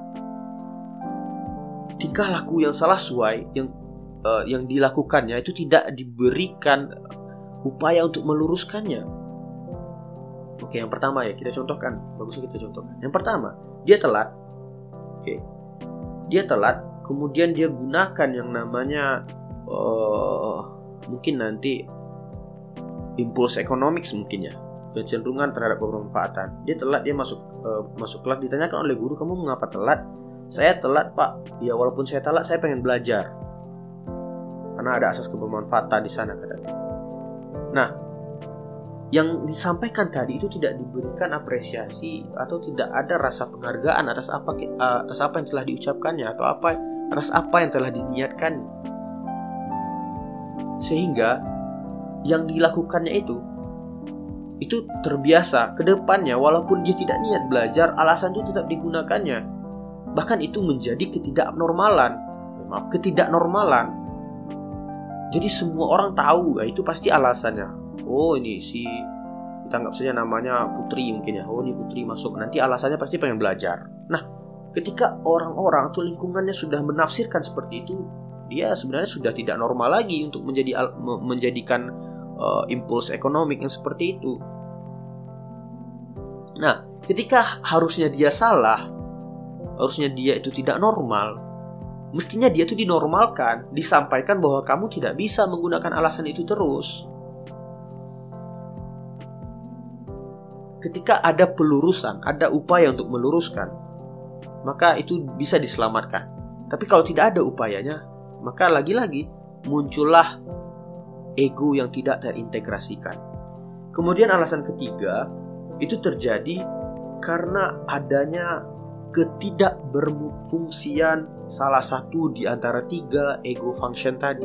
tingkah laku yang salah sesuai yang uh, yang dilakukannya itu tidak diberikan upaya untuk meluruskannya. Oke, yang pertama ya kita contohkan, bagusnya kita contohkan. Yang pertama, dia telat. Oke, dia telat, kemudian dia gunakan yang namanya uh, mungkin nanti impuls ekonomik mungkin ya, kecenderungan terhadap pemanfaatan. Dia telat, dia masuk uh, masuk kelas, ditanyakan oleh guru, kamu mengapa telat? Saya telat pak. Ya walaupun saya telat, saya pengen belajar karena ada asas kebermanfaatan di sana katanya. Nah, yang disampaikan tadi itu tidak diberikan apresiasi atau tidak ada rasa penghargaan atas apa atas apa yang telah diucapkannya atau apa atas apa yang telah diniatkan, sehingga yang dilakukannya itu itu terbiasa ke depannya, walaupun dia tidak niat belajar, alasan itu tetap digunakannya. Bahkan itu menjadi ketidaknormalan, maaf ketidaknormalan. Jadi semua orang tahu, ya, itu pasti alasannya. Oh ini si, kita anggap saja namanya Putri mungkin ya. Oh ini Putri masuk, nanti alasannya pasti pengen belajar. Nah, ketika orang-orang atau lingkungannya sudah menafsirkan seperti itu, dia sebenarnya sudah tidak normal lagi untuk menjadi menjadikan uh, impuls ekonomik yang seperti itu. Nah, ketika harusnya dia salah, harusnya dia itu tidak normal, mestinya dia itu dinormalkan, disampaikan bahwa kamu tidak bisa menggunakan alasan itu terus. Ketika ada pelurusan, ada upaya untuk meluruskan, maka itu bisa diselamatkan. Tapi kalau tidak ada upayanya, maka lagi-lagi muncullah ego yang tidak terintegrasikan. Kemudian alasan ketiga itu terjadi karena adanya ketidakberfungsian salah satu di antara tiga ego function tadi.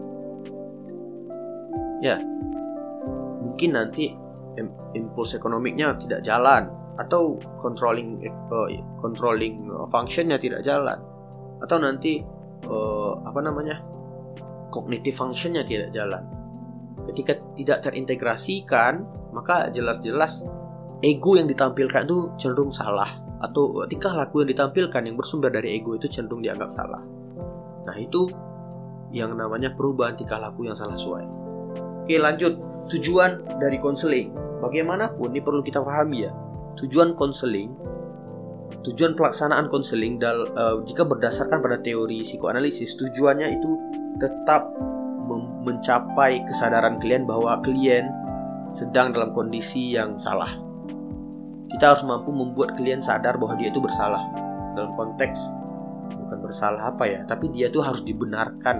Ya, mungkin nanti impuls ekonomiknya tidak jalan, atau controlling uh, controlling functionnya tidak jalan, atau nanti uh, apa namanya cognitive functionnya tidak jalan. Ketika tidak terintegrasikan, maka jelas-jelas ego yang ditampilkan itu cenderung salah, atau tingkah laku yang ditampilkan yang bersumber dari ego itu cenderung dianggap salah. Nah, itu yang namanya perubahan tingkah laku yang salah sesuai. Oke, lanjut. Tujuan dari konseling. Bagaimanapun ini perlu kita pahami ya. Tujuan konseling, tujuan pelaksanaan konseling dal, uh, jika berdasarkan pada teori psikoanalisis, tujuannya itu tetap mem- mencapai kesadaran klien bahwa klien sedang dalam kondisi yang salah. Kita harus mampu membuat klien sadar bahwa dia itu bersalah. Dalam konteks bukan bersalah apa ya, tapi dia itu harus dibenarkan.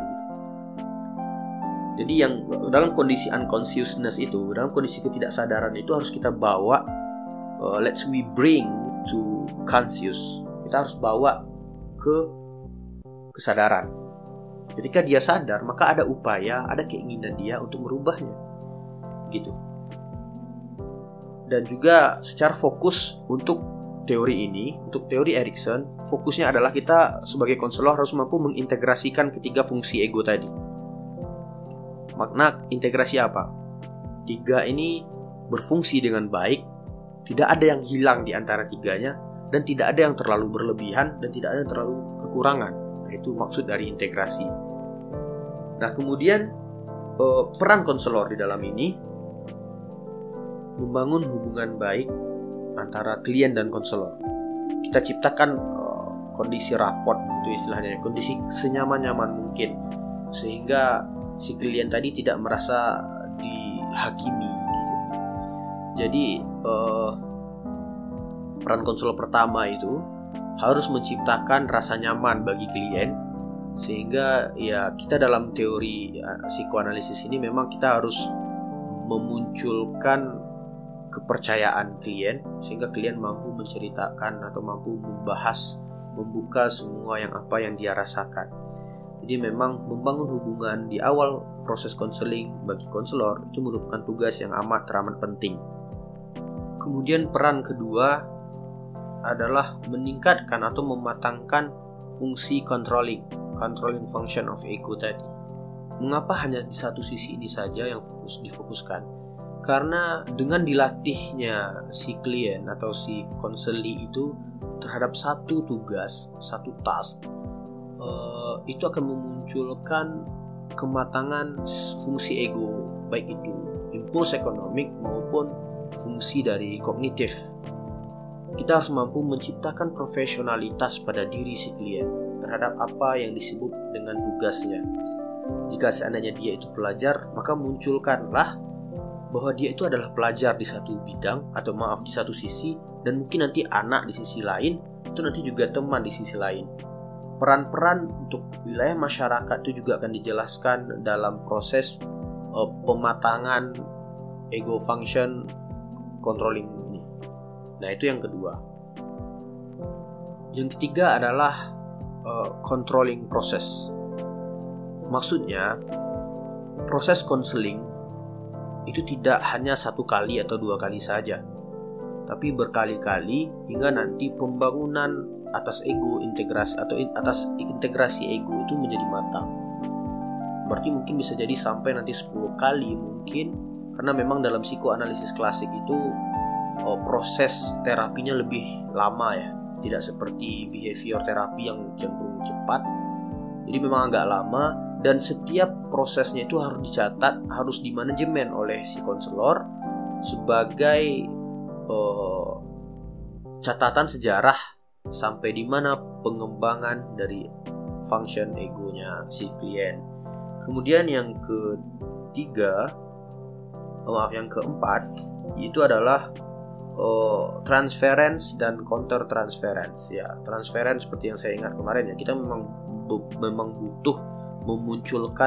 Jadi yang dalam kondisi unconsciousness itu, dalam kondisi ketidaksadaran itu harus kita bawa, uh, let's we bring to conscious. Kita harus bawa ke kesadaran. Ketika dia sadar, maka ada upaya, ada keinginan dia untuk merubahnya, gitu. Dan juga secara fokus untuk teori ini, untuk teori Erikson, fokusnya adalah kita sebagai konselor harus mampu mengintegrasikan ketiga fungsi ego tadi. Makna integrasi apa? Tiga ini berfungsi dengan baik, tidak ada yang hilang di antara tiganya, dan tidak ada yang terlalu berlebihan, dan tidak ada yang terlalu kekurangan. Nah, itu maksud dari integrasi. Nah, kemudian eh, peran konselor di dalam ini membangun hubungan baik antara klien dan konselor. Kita ciptakan eh, kondisi rapport, itu istilahnya, kondisi senyaman-nyaman mungkin, sehingga si klien tadi tidak merasa dihakimi gitu. Jadi eh, peran konselor pertama itu harus menciptakan rasa nyaman bagi klien, sehingga ya kita dalam teori ya, psikoanalisis ini memang kita harus memunculkan kepercayaan klien, sehingga klien mampu menceritakan atau mampu membahas, membuka semua yang apa yang dia rasakan. Jadi memang membangun hubungan di awal proses konseling bagi konselor itu merupakan tugas yang amat teramat penting. Kemudian peran kedua adalah meningkatkan atau mematangkan fungsi controlling, controlling function of ego tadi. Mengapa hanya di satu sisi ini saja yang fokus difokuskan? Karena dengan dilatihnya si klien atau si konseli itu terhadap satu tugas, satu task, Uh, itu akan memunculkan kematangan fungsi ego, baik itu impuls ekonomik maupun fungsi dari kognitif. Kita harus mampu menciptakan profesionalitas pada diri si klien terhadap apa yang disebut dengan tugasnya. Jika seandainya dia itu pelajar, maka munculkanlah bahwa dia itu adalah pelajar di satu bidang, atau maaf di satu sisi, dan mungkin nanti anak di sisi lain, itu nanti juga teman di sisi lain. Peran-peran untuk wilayah masyarakat itu juga akan dijelaskan dalam proses uh, pematangan ego function controlling ini. Nah, itu yang kedua. Yang ketiga adalah uh, controlling process. Maksudnya, proses konseling itu tidak hanya satu kali atau dua kali saja, tapi berkali-kali hingga nanti pembangunan atas ego integrasi atau atas integrasi ego itu menjadi matang. Berarti mungkin bisa jadi sampai nanti sepuluh kali mungkin, karena memang dalam psikoanalisis klasik itu oh, proses terapinya lebih lama ya, tidak seperti behavior terapi yang cenderung cepat. Jadi memang agak lama, dan setiap prosesnya itu harus dicatat, harus dimanajemen oleh si konselor sebagai oh, catatan sejarah sampai di mana pengembangan dari function egonya si klien. Kemudian yang ketiga, oh maaf yang keempat, itu adalah oh, transference dan counter transference. Ya, transference seperti yang saya ingat kemarin ya, kita memang memang butuh memunculkan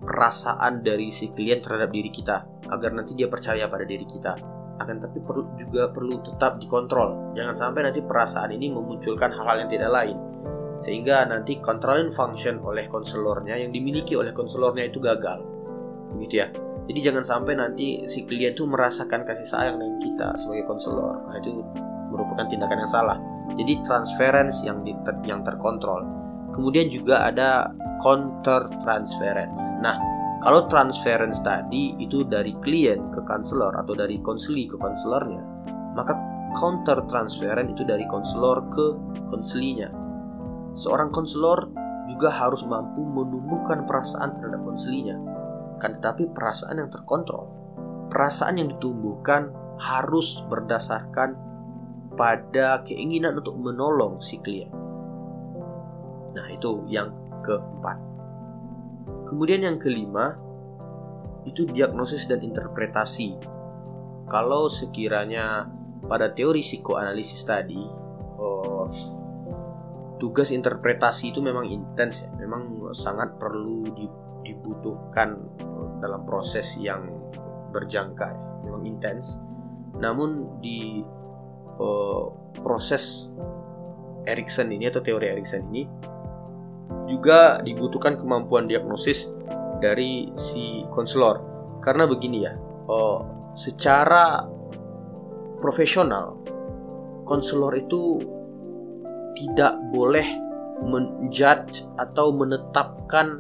perasaan dari si klien terhadap diri kita agar nanti dia percaya pada diri kita. Akan tapi perlu, juga perlu tetap dikontrol. Jangan sampai nanti perasaan ini memunculkan hal-hal yang tidak lain, sehingga nanti controlling function oleh konselornya yang dimiliki oleh konselornya itu gagal, begitu ya. Jadi jangan sampai nanti si klien itu merasakan kasih sayang dengan kita sebagai konselor. Nah, itu merupakan tindakan yang salah. Jadi transference yang di, yang terkontrol. Kemudian juga ada counter transference. Nah, kalau transference tadi itu dari klien ke konselor atau dari konseli ke konselornya, maka counter transference itu dari konselor ke konselinya. Seorang konselor juga harus mampu menumbuhkan perasaan terhadap konselinya. Kan tetapi perasaan yang terkontrol, perasaan yang ditumbuhkan harus berdasarkan pada keinginan untuk menolong si klien. Nah, itu yang keempat. Kemudian yang kelima itu diagnosis dan interpretasi. Kalau sekiranya pada teori psikoanalisis tadi, oh, tugas interpretasi itu memang intens ya, memang sangat perlu dibutuhkan dalam proses yang berjangka ya, memang intens. Namun di uh, proses Erikson ini atau teori Erikson ini juga dibutuhkan kemampuan diagnosis dari si konselor. Karena begini ya, uh, secara profesional konselor itu tidak boleh menjudge atau menetapkan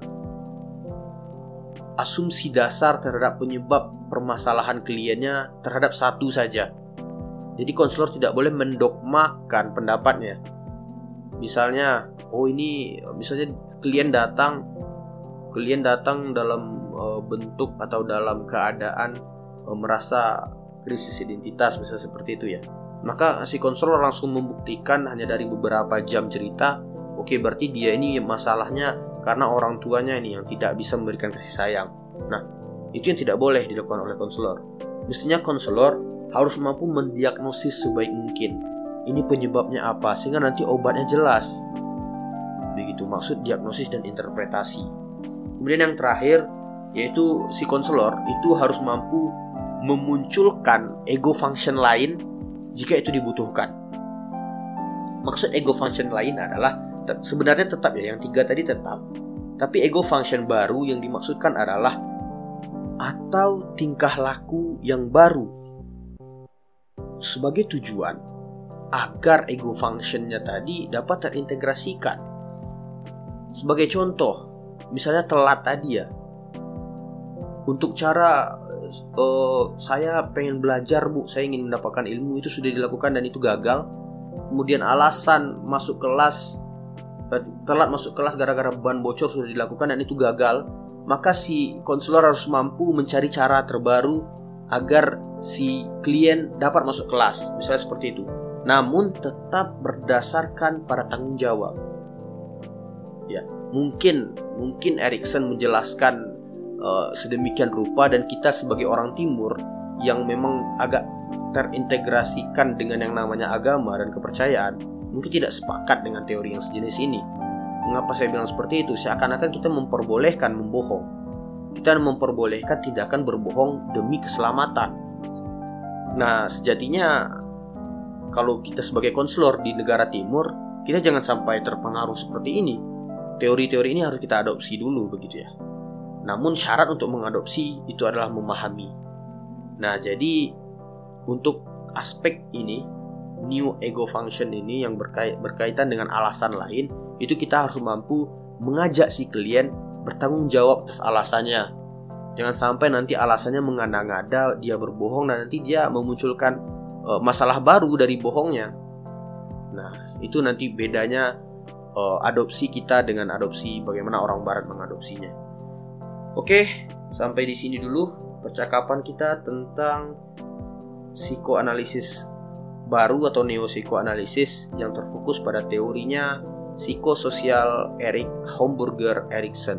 asumsi dasar terhadap penyebab permasalahan kliennya terhadap satu saja. Jadi konselor tidak boleh mendogmakan pendapatnya. Misalnya, oh ini misalnya klien datang klien datang dalam uh, bentuk atau dalam keadaan uh, merasa krisis identitas, misalnya seperti itu ya. Maka si konselor langsung membuktikan hanya dari beberapa jam cerita, oke okay, berarti dia ini masalahnya karena orang tuanya ini yang tidak bisa memberikan kasih sayang. Nah, itu yang tidak boleh dilakukan oleh konselor. Mestinya konselor harus mampu mendiagnosis sebaik mungkin. Ini penyebabnya apa, sehingga nanti obatnya jelas. Begitu maksud diagnosis dan interpretasi. Kemudian yang terakhir, yaitu si konselor itu harus mampu memunculkan ego function lain jika itu dibutuhkan. Maksud ego function lain adalah sebenarnya tetap ya, yang tiga tadi tetap. Tapi ego function baru yang dimaksudkan adalah atau tingkah laku yang baru sebagai tujuan agar ego functionnya tadi dapat terintegrasikan. Sebagai contoh, misalnya telat tadi ya. Untuk cara uh, saya pengen belajar bu, saya ingin mendapatkan ilmu, itu sudah dilakukan dan itu gagal. Kemudian alasan masuk kelas telat masuk kelas gara-gara ban bocor sudah dilakukan dan itu gagal, maka si konselor harus mampu mencari cara terbaru agar si klien dapat masuk kelas, misalnya seperti itu. Namun tetap berdasarkan pada tanggung jawab. Ya, mungkin mungkin Erikson menjelaskan uh, sedemikian rupa dan kita sebagai orang timur yang memang agak terintegrasikan dengan yang namanya agama dan kepercayaan, mungkin tidak sepakat dengan teori yang sejenis ini. Mengapa saya bilang seperti itu? Seakan-akan kita memperbolehkan membohong. Kita memperbolehkan tindakan berbohong demi keselamatan. Nah, sejatinya kalau kita sebagai konselor di negara timur, kita jangan sampai terpengaruh seperti ini. Teori-teori ini harus kita adopsi dulu, begitu ya. Namun syarat untuk mengadopsi itu adalah memahami. Nah, jadi untuk aspek ini, new ego function ini yang berkait, berkaitan dengan alasan lain, itu kita harus mampu mengajak si klien bertanggung jawab atas alasannya. Jangan sampai nanti alasannya mengada-ngada, dia berbohong dan nanti dia memunculkan uh, masalah baru dari bohongnya. Nah, itu nanti bedanya uh, adopsi kita dengan adopsi bagaimana orang barat mengadopsinya. Oke, sampai di sini dulu percakapan kita tentang psikoanalisis baru atau neo-psikoanalisis yang terfokus pada teorinya psikososial Erik Homburger Erikson.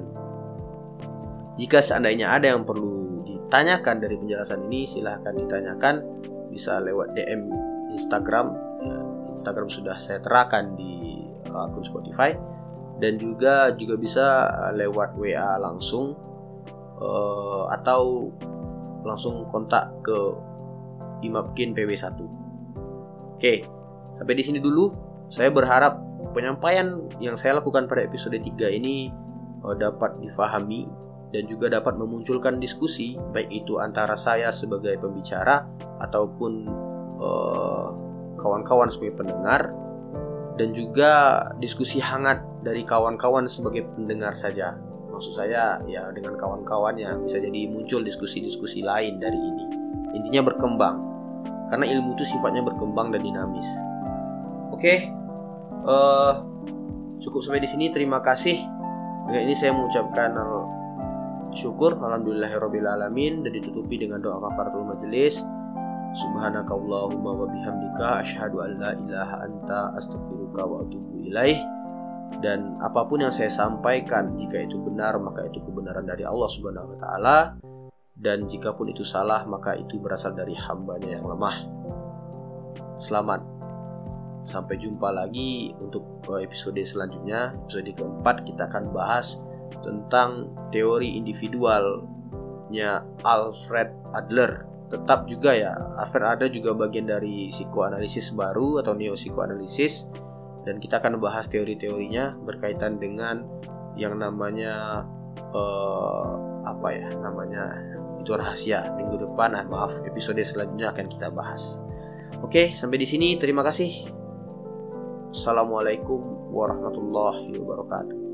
Jika seandainya ada yang perlu ditanyakan dari penjelasan ini, silahkan ditanyakan. Bisa lewat D M Instagram. Ya, Instagram sudah saya terakan di akun Spotify. Dan juga juga bisa lewat W A langsung uh, atau langsung kontak ke Imapkin P W satu. Oke, sampai di sini dulu. Saya berharap penyampaian yang saya lakukan pada episode tiga ini uh, dapat difahami dan juga dapat memunculkan diskusi, baik itu antara saya sebagai pembicara ataupun uh, kawan-kawan sebagai pendengar, dan juga diskusi hangat dari kawan-kawan sebagai pendengar saja. Maksud saya ya dengan kawan-kawannya bisa jadi muncul diskusi-diskusi lain dari ini. Intinya berkembang, karena ilmu itu sifatnya berkembang dan dinamis. Oke, uh, cukup sampai di sini. Terima kasih. Dengan ini saya mengucapkan syukur, alhamdulillahirabbil alamin, dan ditutupi dengan doa kafaratul majelis. Subhanakallahumma wa bihamdika asyhadu an la ilaha anta astaghfiruka wa atubu ilaih. Dan apapun yang saya sampaikan, jika itu benar maka itu kebenaran dari Allah Subhanahu wa taala, dan jika pun itu salah maka itu berasal dari hambanya yang lemah. Selamat, sampai jumpa lagi untuk episode selanjutnya. Episode keempat kita akan bahas tentang teori individualnya Alfred Adler. Tetap juga ya, Alfred Adler juga bagian dari psikoanalisis baru atau neo-psikoanalisis, dan kita akan bahas teori-teorinya berkaitan dengan yang namanya uh, apa ya namanya itu rahasia. Minggu depan, ah, maaf, episode selanjutnya akan kita bahas. Oke, sampai di sini. Terima kasih. Assalamualaikum warahmatullahi wabarakatuh.